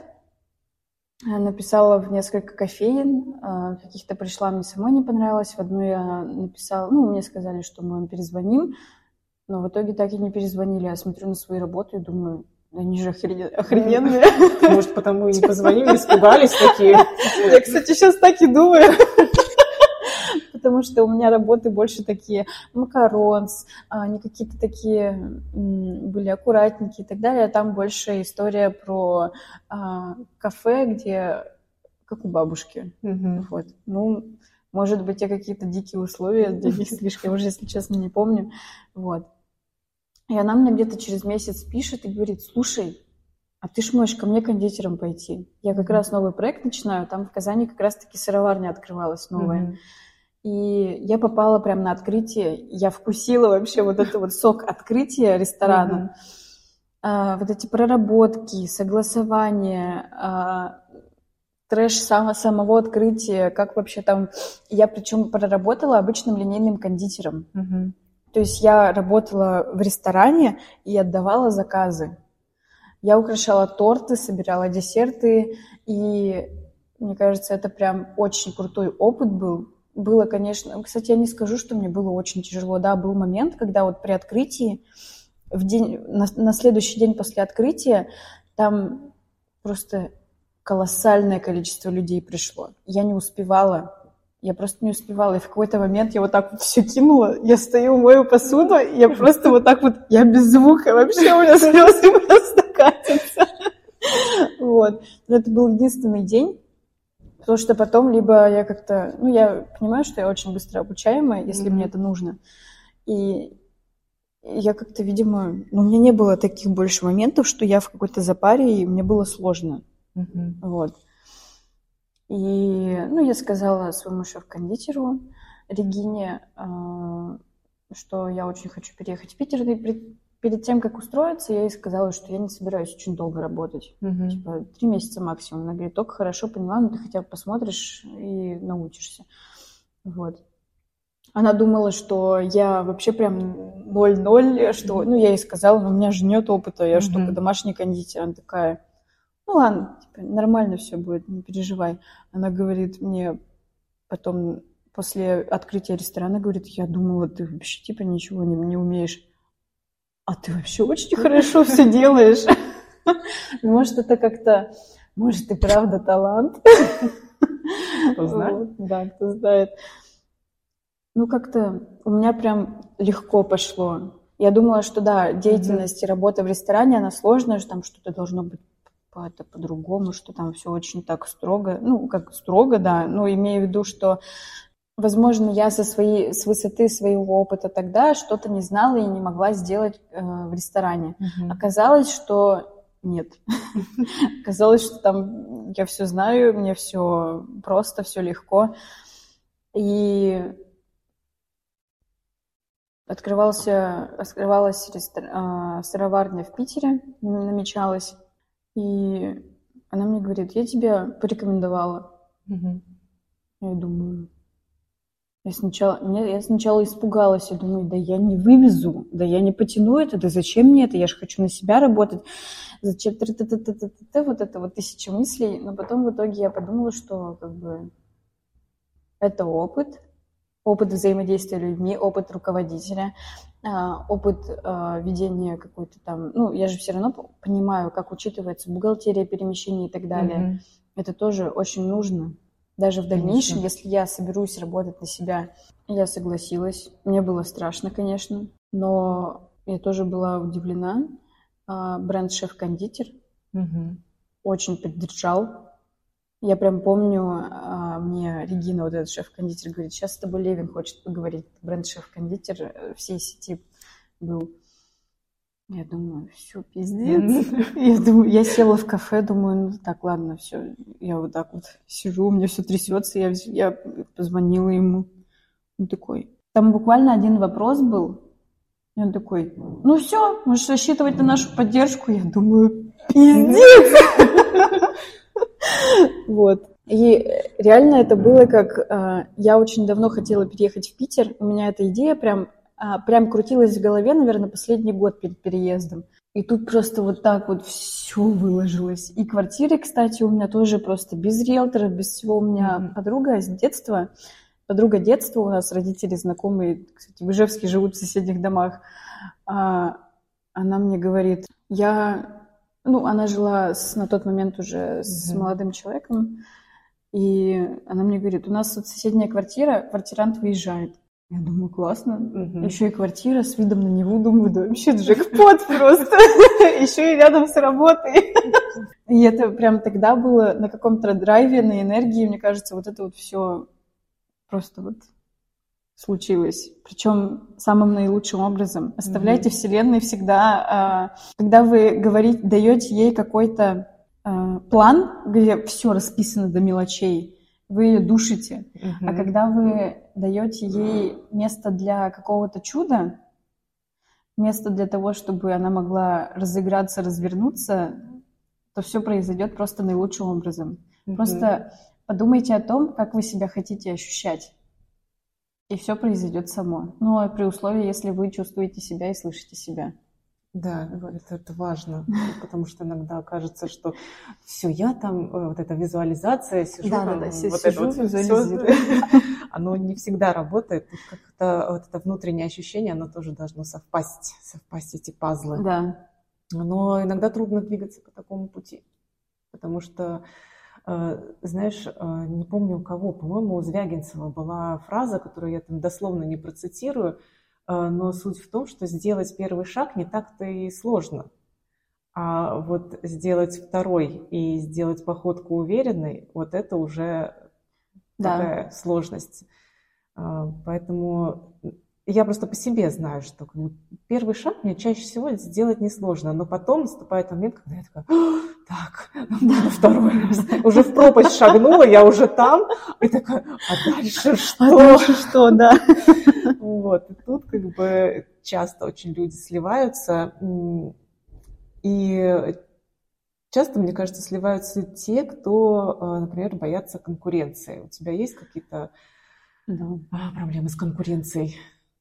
написала в несколько кофеен, каких-то пришла, мне самой не понравилось, в одну я написала, ну, мне сказали, что мы вам перезвоним, но в итоге так и не перезвонили. Я смотрю на свою работу и думаю, да они же охрененные. Может, потому и не позвонили, испугались такие. Я, кстати, сейчас так и думаю. Потому что у меня работы больше такие макаронс, они какие-то такие были аккуратненькие и так далее. А там больше история про а, кафе, где как у бабушки. Mm-hmm. Вот. Ну, может быть, я какие-то дикие условия для них слишком, я уже, если честно, не помню. Вот. И она мне где-то через месяц пишет и говорит, слушай, а ты ж можешь ко мне кондитером пойти. Я как раз новый проект начинаю, там в Казани как раз-таки сыроварня открывалась новая. Mm-hmm. И я попала прямо на открытие, я вкусила вообще вот этот вот сок открытия ресторана. Mm-hmm. А, вот эти проработки, согласования, а, трэш само, самого открытия, как вообще там... Я причем проработала обычным линейным кондитером. Mm-hmm. То есть я работала в ресторане и отдавала заказы. Я украшала торты, собирала десерты, и мне кажется, это прям очень крутой опыт был. было, конечно... Кстати, я не скажу, что мне было очень тяжело. Да, был момент, когда вот при открытии, в день, на, на следующий день после открытия, там просто колоссальное количество людей пришло. Я не успевала. Я просто не успевала. И в какой-то момент я вот так вот все кинула. Я стою, мою посуду, и я просто вот так вот... Я без звука. Вообще у меня слезы просто катятся. Вот. Но это был единственный день. Потому что потом либо я как-то... Ну, я понимаю, что я очень быстро обучаемая, если mm-hmm. мне это нужно. И я как-то, видимо... Ну, у меня не было таких больше моментов, что я в какой-то запаре, и мне было сложно. Mm-hmm. Вот. И, ну, я сказала своему шеф-кондитеру Регине, что я очень хочу переехать в Питер. И перед тем, как устроиться, я ей сказала, что я не собираюсь очень долго работать. Mm-hmm. Типа, три месяца максимум. Она говорит, только хорошо, поняла, но ты хотя бы посмотришь и научишься. Вот. Она думала, что я вообще прям ноль-ноль, что... Ну, я ей сказала, но у меня же нет опыта, я mm-hmm. что, домашний кондитер. Она такая, ну ладно, типа, нормально все будет, не переживай. Она говорит мне потом, после открытия ресторана, говорит, я думала, ты вообще типа ничего не, не умеешь. А ты вообще очень хорошо все делаешь. Может, это как-то... Может, и правда талант. Кто знает? Да, кто знает. Ну, как-то у меня прям легко пошло. Я думала, что да, деятельность и работа в ресторане, она сложная, что там что-то должно быть это по-другому, что там все очень так строго. Ну, как строго, да, но имею в виду, что... Возможно, я со своей, с высоты своего опыта тогда что-то не знала и не могла сделать э, в ресторане. Uh-huh. Оказалось, что нет. Оказалось, что там я все знаю, мне все просто, все легко. И открывался, открывалась рестор... сыроварня в Питере, намечалась. И она мне говорит, я тебя порекомендовала. Uh-huh. Я думаю... Я сначала, мне, я сначала испугалась, я думаю, да я не вывезу, да я не потяну это, да зачем мне это, я же хочу на себя работать, зачем, вот это вот тысяча мыслей, но потом в итоге я подумала, что как бы это опыт, опыт взаимодействия с людьми, опыт руководителя, опыт ведения какой-то там, ну я же все равно понимаю, как учитывается бухгалтерия, перемещение и так далее, mm-hmm. это тоже очень нужно. Даже в дальнейшем, конечно. Если я соберусь работать на себя, я согласилась. Мне было страшно, конечно, но я тоже была удивлена. Бренд «Шеф-кондитер» угу. очень поддержал. Я прям помню, мне Регина, вот этот шеф-кондитер, говорит, сейчас с тобой Левин хочет поговорить. Бренд «Шеф-кондитер» всей сети был. Я думаю, все, пиздец. Я думаю, я села в кафе, думаю, ну так, ладно, все. Я вот так вот сижу, у меня все трясется. Я, я позвонила ему. Он такой. Там буквально один вопрос был. И он такой, ну все, можешь рассчитывать на нашу поддержку. Я думаю, пиздец. Вот. И реально это было как... Я очень давно хотела переехать в Питер. У меня эта идея прям... Прям крутилась в голове, наверное, последний год перед переездом. И тут просто вот так вот все выложилось. И квартиры, кстати, у меня тоже просто без риэлтора, без всего. У меня mm-hmm. подруга с детства, подруга детства, у нас родители знакомые, кстати, в Ижевске живут в соседних домах. А, она мне говорит, я... Ну, она жила с, на тот момент уже с mm-hmm. молодым человеком. И она мне говорит, у нас тут соседняя квартира, квартирант выезжает. Я думаю, классно. Uh-huh. Еще и квартира с видом на Неву. Думаю, да вообще джекпот просто. Еще и рядом с работой. И это прям тогда было на каком-то драйве, на энергии. Мне кажется, вот это вот все просто вот случилось. Причем самым наилучшим образом. Оставляйте uh-huh. Вселенной всегда. Когда вы говорите, даете ей какой-то план, где все расписано до мелочей, вы ее душите. Uh-huh. А когда вы даете ей место для какого-то чуда, место для того, чтобы она могла разыграться, развернуться, то все произойдет просто наилучшим образом. Uh-huh. Просто подумайте о том, как вы себя хотите ощущать. И все произойдет само. Ну, при условии, если вы чувствуете себя и слышите себя. Да, это, это важно, потому что иногда кажется, что все, я там, вот эта визуализация, сижу, да, там, да, да, вот сижу, это вот визуализирую. оно не всегда работает. Тут как-то вот это внутреннее ощущение, оно тоже должно совпасть, совпасть эти пазлы. Да. Но иногда трудно двигаться по такому пути, потому что, знаешь, не помню у кого, по-моему, у Звягинцева была фраза, которую я там дословно не процитирую, но суть в том, что сделать первый шаг не так-то и сложно. А вот сделать второй и сделать походку уверенной, вот это уже Да. такая сложность. Поэтому я просто по себе знаю, что первый шаг мне чаще всего сделать несложно, но потом наступает момент, когда я такая, так, надо второй раз. Уже в пропасть шагнула, я уже там, и такая, а дальше что? А дальше что, да. Вот, и тут как бы часто очень люди сливаются, и часто, мне кажется, сливаются те, кто, например, боятся конкуренции. У тебя есть какие-то Да. проблемы с конкуренцией?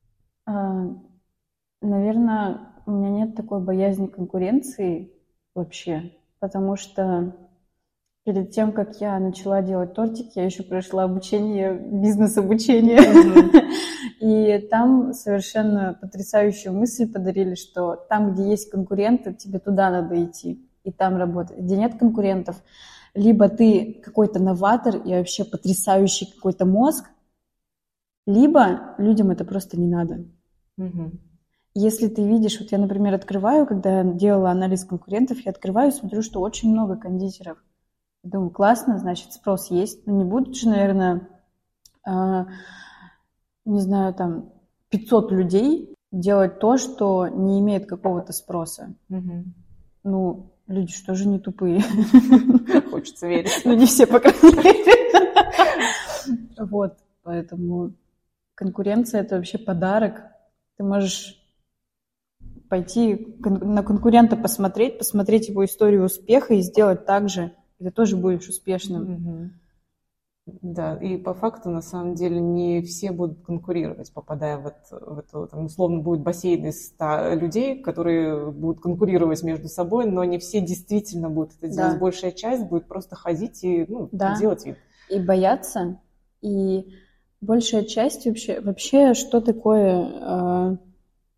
Наверное, у меня нет такой боязни конкуренции вообще, потому что перед тем, как я начала делать тортики, я еще прошла обучение, бизнес-обучение. Mm-hmm. И там совершенно потрясающую мысль подарили, что там, где есть конкуренты, тебе туда надо идти и там работать. Где нет конкурентов, либо ты какой-то новатор и вообще потрясающий какой-то мозг, либо людям это просто не надо. Угу. Если ты видишь, вот я, например, открываю, когда я делала анализ конкурентов, я открываю, смотрю, что очень много кондитеров. Думаю, классно, значит, спрос есть. Но не будут же, наверное, э, не знаю, там, пятьсот людей делать то, что не имеет какого-то спроса. Угу. Ну, люди что же не тупые. Хочется верить. Ну, не все, по крайней мере. Вот, поэтому конкуренция – это вообще подарок. Ты можешь пойти на конкурента посмотреть, посмотреть его историю успеха и сделать так же. И ты тоже будешь успешным. Угу. Да, и по факту, на самом деле, не все будут конкурировать, попадая в это, в это там, условно, будет бассейн из ста людей, которые будут конкурировать между собой, но не все действительно будут это делать. Да. Большая часть будет просто ходить и ну, да. делать вид. И бояться, и большая часть вообще, вообще что такое э,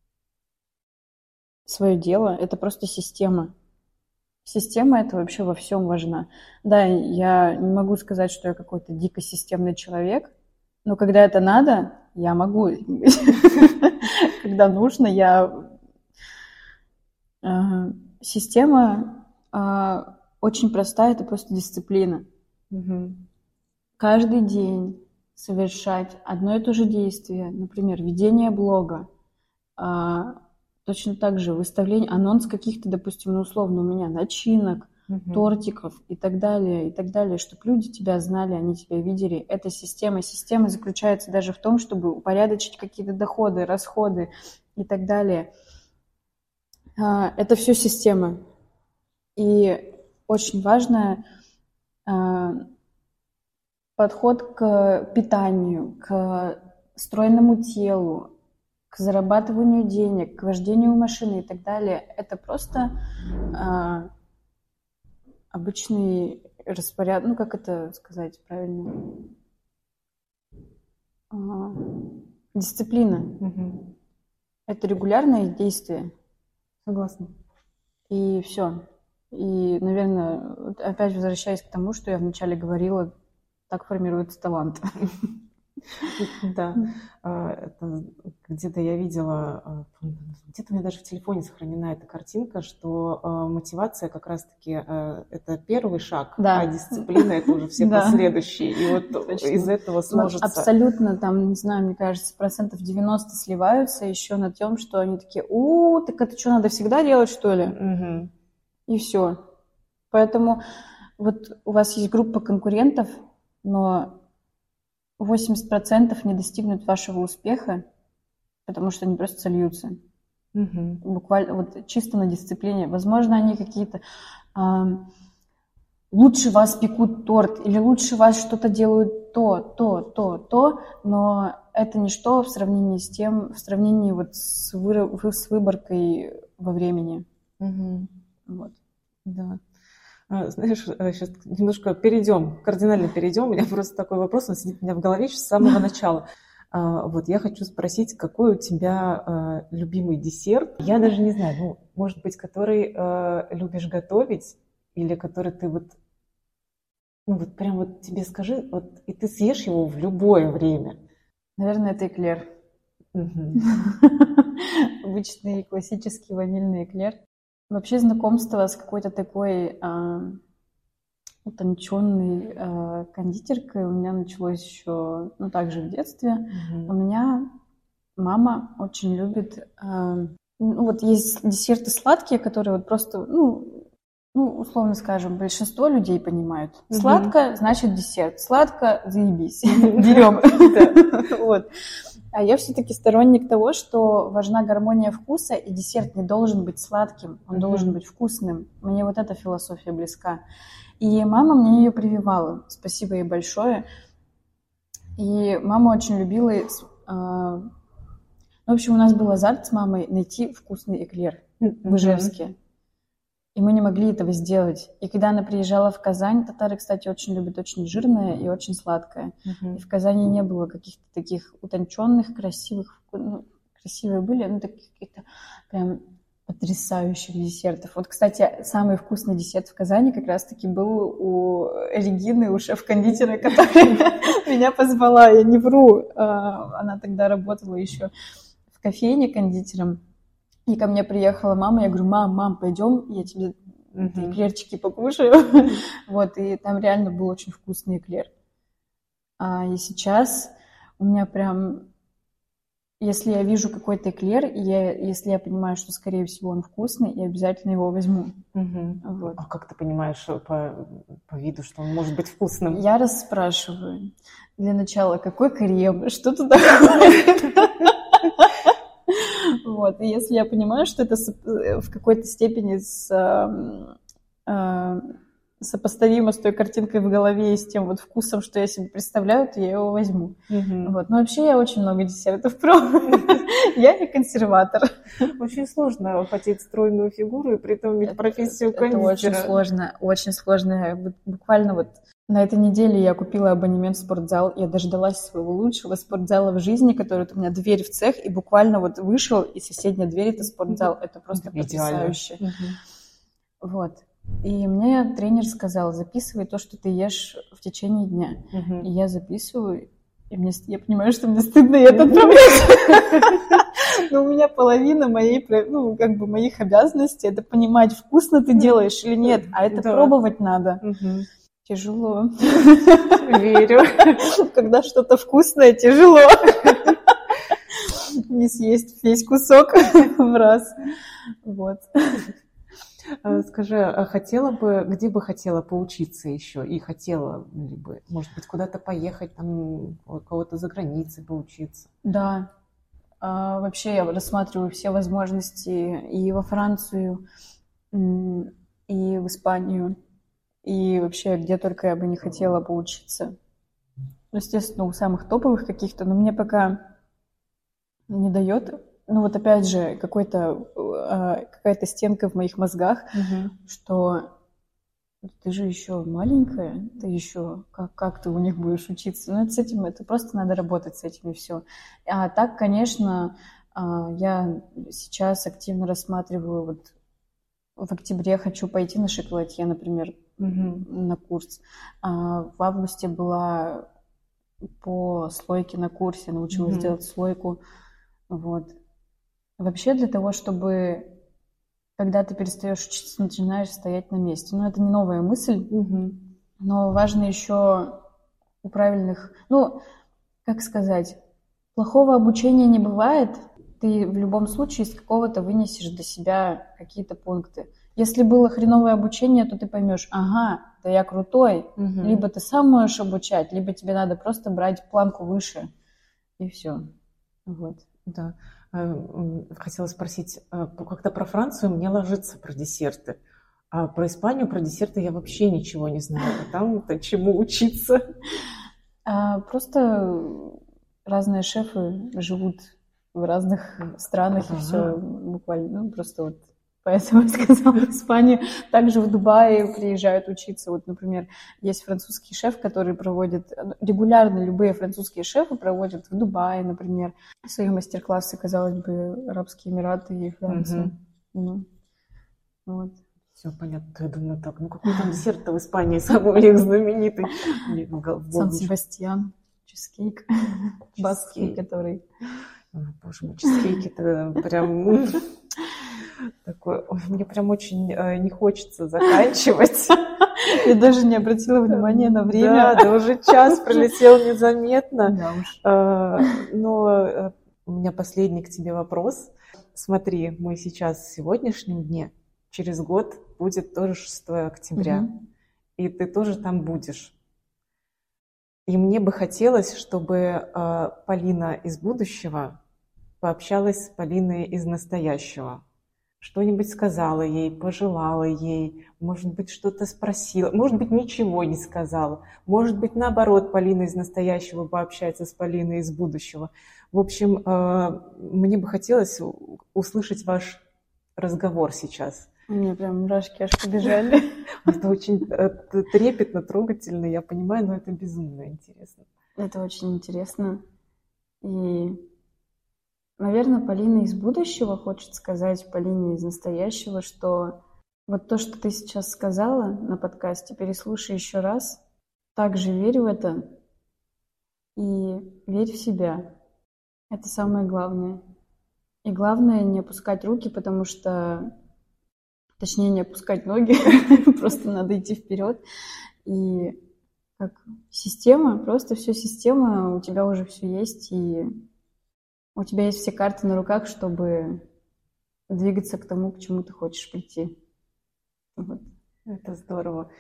свое дело, это просто система. Система – это вообще во всем важна. Да, я не могу сказать, что я какой-то дико системный человек, но когда это надо, я могу. Когда нужно, я... Система очень простая, это просто дисциплина. Каждый день совершать одно и то же действие, например, ведение блога, точно так же выставление, анонс каких-то, допустим, ну, условно, у меня начинок, uh-huh. тортиков и так далее, и так далее, чтобы люди тебя знали, они тебя видели. Это система. Система заключается даже в том, чтобы упорядочить какие-то доходы, расходы и так далее. Это все система. И очень важно подход к питанию, к стройному телу, к зарабатыванию денег, к вождению машины и так далее. Это просто а, обычный распорядок, ну как это сказать правильно? А, дисциплина. Угу. Это регулярное действие. Согласна. И все. И, наверное, опять возвращаясь к тому, что я вначале говорила, так формируется талант. Да, это где-то я видела, где-то у меня даже в телефоне сохранена эта картинка, что мотивация как раз-таки это первый шаг, да. а дисциплина это уже все да. последующие. И вот точно. Из этого сложится... Абсолютно, там, не знаю, мне кажется, процентов девяносто сливаются еще на том, что они такие, у, так это что, надо всегда делать, что ли? Угу. И все. Поэтому вот у вас есть группа конкурентов, но восемьдесят процентов не достигнут вашего успеха, потому что они просто сольются. Угу. Буквально вот чисто на дисциплине. Возможно, они какие-то а, лучше вас пекут торт или лучше вас что-то делают то, то, то, то, но это ничто в сравнении с тем, в сравнении вот с, вы, с выборкой во времени. Угу. Вот. Да. Знаешь, сейчас немножко перейдем, кардинально перейдем. У меня просто такой вопрос, он сидит у меня в голове сейчас с самого начала. Вот, я хочу спросить, какой у тебя любимый десерт? Я даже не знаю, ну, может быть, который любишь готовить или который ты вот, ну вот прям вот тебе скажи, вот, и ты съешь его в любое время. Наверное, это эклер. Обычный классический ванильный эклер. Вообще знакомство с какой-то такой а, утонченной а, кондитеркой у меня началось еще, ну, также в детстве. Mm-hmm. У меня мама очень любит, а, ну, вот есть десерты сладкие, которые вот просто, ну, ну, условно скажем, большинство людей понимают. Mm-hmm. Сладко, значит десерт. Сладко, заебись. Берем. Вот. А я все-таки сторонник того, что важна гармония вкуса, и десерт не должен быть сладким, он mm-hmm. должен быть вкусным. Мне вот эта философия близка. И мама мне ее прививала. Спасибо ей большое. И мама очень любила... Э, в общем, у нас был азарт с мамой найти вкусный эклер mm-hmm. в Ижевске. И мы не могли этого сделать. И когда она приезжала в Казань, татары, кстати, очень любят очень жирное и очень сладкое. Uh-huh. И в Казани не было каких-то таких утонченных, красивых, ну, красивые были, ну, таких каких-то прям потрясающих десертов. Вот, кстати, самый вкусный десерт в Казани как раз-таки был у Регины, у шеф-кондитера, которая меня позвала. Я не вру. Она тогда работала еще в кофейне кондитером. И ко мне приехала мама, я говорю: мам, мам, пойдем, я тебе uh-huh. эклерчики покушаю. Вот, и там реально был очень вкусный эклер. А, и сейчас у меня прям, если я вижу какой-то эклер, и я, если я понимаю, что, скорее всего, он вкусный, я обязательно его возьму. Uh-huh. Вот. А как ты понимаешь по, по виду, что он может быть вкусным? Я расспрашиваю. Для начала, какой крем, что туда входит? Вот. И если я понимаю, что это в какой-то степени с, э, сопоставимо с той картинкой в голове и с тем вот вкусом, что я себе представляю, то я его возьму. Mm-hmm. Вот. Но вообще я очень много десертов пробую. Я не консерватор. Очень сложно хотеть стройную фигуру и при этом иметь профессию кондитера. Это очень сложно, очень сложно. Буквально вот на этой неделе я купила абонемент в спортзал. Я дождалась своего лучшего спортзала в жизни, который у меня дверь в цех, и буквально вот вышел, и соседняя дверь — это спортзал. Mm-hmm. Это просто потрясающе. Mm-hmm. Вот. И мне тренер сказал: записывай то, что ты ешь в течение дня. Mm-hmm. И я записываю, и мне, я понимаю, что мне стыдно это отправлять. Но у меня половина моей, ну, как бы моих обязанностей — это понимать, вкусно ты делаешь или нет, а это пробовать надо. Тяжело. Верю. Когда что-то вкусное, тяжело. Не съесть весь кусок в раз. Вот. Скажи, а хотела бы, где бы хотела поучиться еще? И хотела ли бы, может быть, куда-то поехать, там, у кого-то за границей поучиться? Да. А, вообще я рассматриваю все возможности и во Францию, и в Испанию, и вообще где только я бы не хотела поучиться. Естественно, у самых топовых каких-то, но мне пока не дает. Ну вот опять же, какой-то, какая-то стенка в моих мозгах, угу. что ты же еще маленькая, ты еще, как, как ты у них будешь учиться? Ну, это с этим, это просто надо работать с этим и все. А так, конечно, я сейчас активно рассматриваю, вот в октябре хочу пойти на шоколадье, например, угу. на курс. А в августе была по слойке на курсе, научилась угу. делать слойку. Вот. Вообще для того, чтобы, когда ты перестаешь учиться, начинаешь стоять на месте. Ну, это не новая мысль, угу. но важно еще у правильных... Ну, как сказать, плохого обучения не бывает. Ты в любом случае из какого-то вынесешь для себя какие-то пункты. Если было хреновое обучение, то ты поймешь: ага, да я крутой. Угу. Либо ты сам можешь обучать, либо тебе надо просто брать планку выше. И все. Вот. Да. Хотела спросить, как-то про Францию мне ложится про десерты, а про Испанию, про десерты я вообще ничего не знаю. А там-то чему учиться? А, просто разные шефы живут в разных странах, ага. и все буквально, ну, просто вот поэтому я сказала в Испанию. Также в Дубае приезжают учиться. Вот, например, есть французский шеф, который проводит... Регулярно любые французские шефы проводят в Дубае, например, свои мастер-классы, казалось бы, Арабские Эмираты являются. Угу. Ну, вот. Все понятно. Я думаю, так, ну какой там десерт-то в Испании самый у них знаменитый? Сан-Себастьян, чизкейк, баскский, который... Ой, боже мой, чизкейки-то прям такой... Ой, мне прям очень э, не хочется заканчивать. Я даже не обратила внимания на время. Да, да уже час пролетел незаметно. Да уж. Э, но э, у меня последний к тебе вопрос. Смотри, мы сейчас в сегодняшнем дне, через год будет тоже шестое октября, угу. И ты тоже там будешь. И мне бы хотелось, чтобы э, Полина из будущего пообщалась с Полиной из настоящего. Что-нибудь сказала ей, пожелала ей, может быть, что-то спросила, может быть, ничего не сказала, может быть, наоборот, Полина из настоящего пообщается с Полиной из будущего. В общем, э, мне бы хотелось услышать ваш разговор сейчас. У меня прям мурашки аж побежали. Это очень трепетно, трогательно, я понимаю, но это безумно интересно. Это очень интересно. И, наверное, Полина из будущего хочет сказать Полине из настоящего, что вот то, что ты сейчас сказала на подкасте, переслушай еще раз, также верь в это и верь в себя. Это самое главное. И главное не опускать руки, потому что... Точнее, не опускать ноги, просто надо идти вперед. И как система, просто все система, у тебя уже все есть, и у тебя есть все карты на руках, чтобы двигаться к тому, к чему ты хочешь прийти. Вот. Это здорово.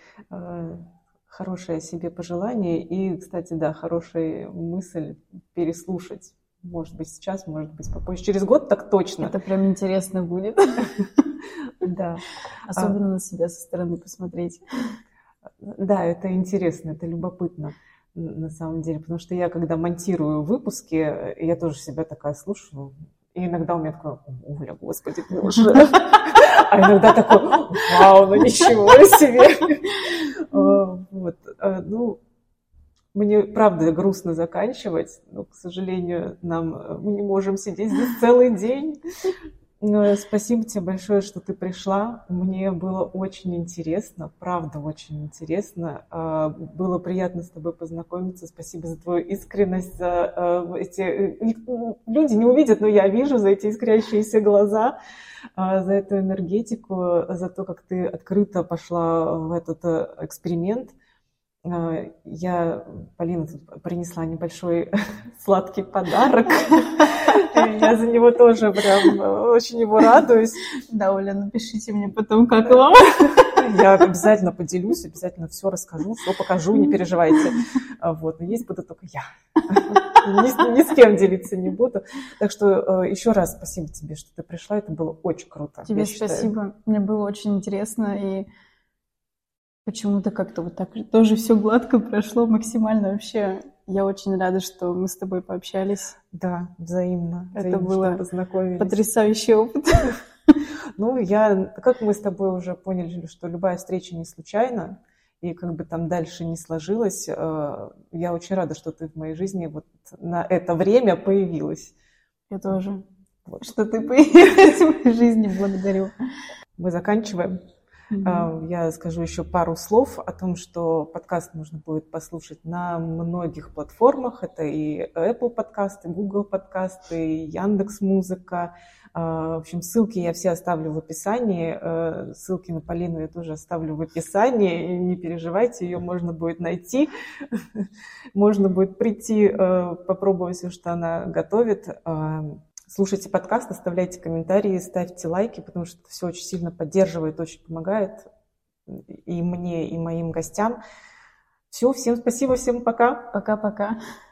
Хорошее себе пожелание. И, кстати, да, хорошая мысль переслушать. Может быть, сейчас, может быть, попозже. Через год так точно. Это прям интересно будет. Да. Особенно а, на себя со стороны посмотреть. Да, это интересно, это любопытно на самом деле, потому что я, когда монтирую выпуски, я тоже себя такая слушаю, и иногда у меня такое, Оля, господи, боже. А иногда такой, вау, ну ничего себе. Вот, ну, мне, правда, грустно заканчивать, но, к сожалению, нам, мы не можем сидеть здесь целый день. Спасибо тебе большое, что ты пришла. Мне было очень интересно, правда, очень интересно. Было приятно с тобой познакомиться. Спасибо за твою искренность, за эти... Люди не увидят, но я вижу за эти искрящиеся глаза, за эту энергетику, за то, как ты открыто пошла в этот эксперимент. Я, Полина, тут принесла небольшой сладкий подарок. Я за него тоже прям очень его радуюсь. Да, Оля, напишите мне потом, как вам. Я обязательно поделюсь, обязательно все расскажу, все покажу, не переживайте. Вот, но есть буду только я. Ни, ни с кем делиться не буду. Так что еще раз спасибо тебе, что ты пришла. Это было очень круто. Тебе спасибо. Мне было очень интересно. И почему-то как-то вот так тоже все гладко прошло максимально. Вообще, я очень рада, что мы с тобой пообщались. Да, взаимно. Это взаимно, было потрясающий опыт. Ну, я, как мы с тобой уже поняли, что любая встреча не случайна, и как бы там дальше не сложилось, я очень рада, что ты в моей жизни вот на это время появилась. Я тоже. Вот. Что ты появилась в моей жизни, благодарю. Мы заканчиваем. Mm-hmm. Я скажу еще пару слов о том, что подкаст можно будет послушать на многих платформах. Это и Apple подкасты, Google подкасты, и Яндекс.Музыка. В общем, ссылки я все оставлю в описании. Ссылки на Полину я тоже оставлю в описании. Не переживайте, ее можно будет найти. Можно будет прийти, попробовать все, что она готовит. Слушайте подкаст, оставляйте комментарии, ставьте лайки, потому что это все очень сильно поддерживает, очень помогает и мне, и моим гостям. Все, всем спасибо, всем пока. Пока-пока.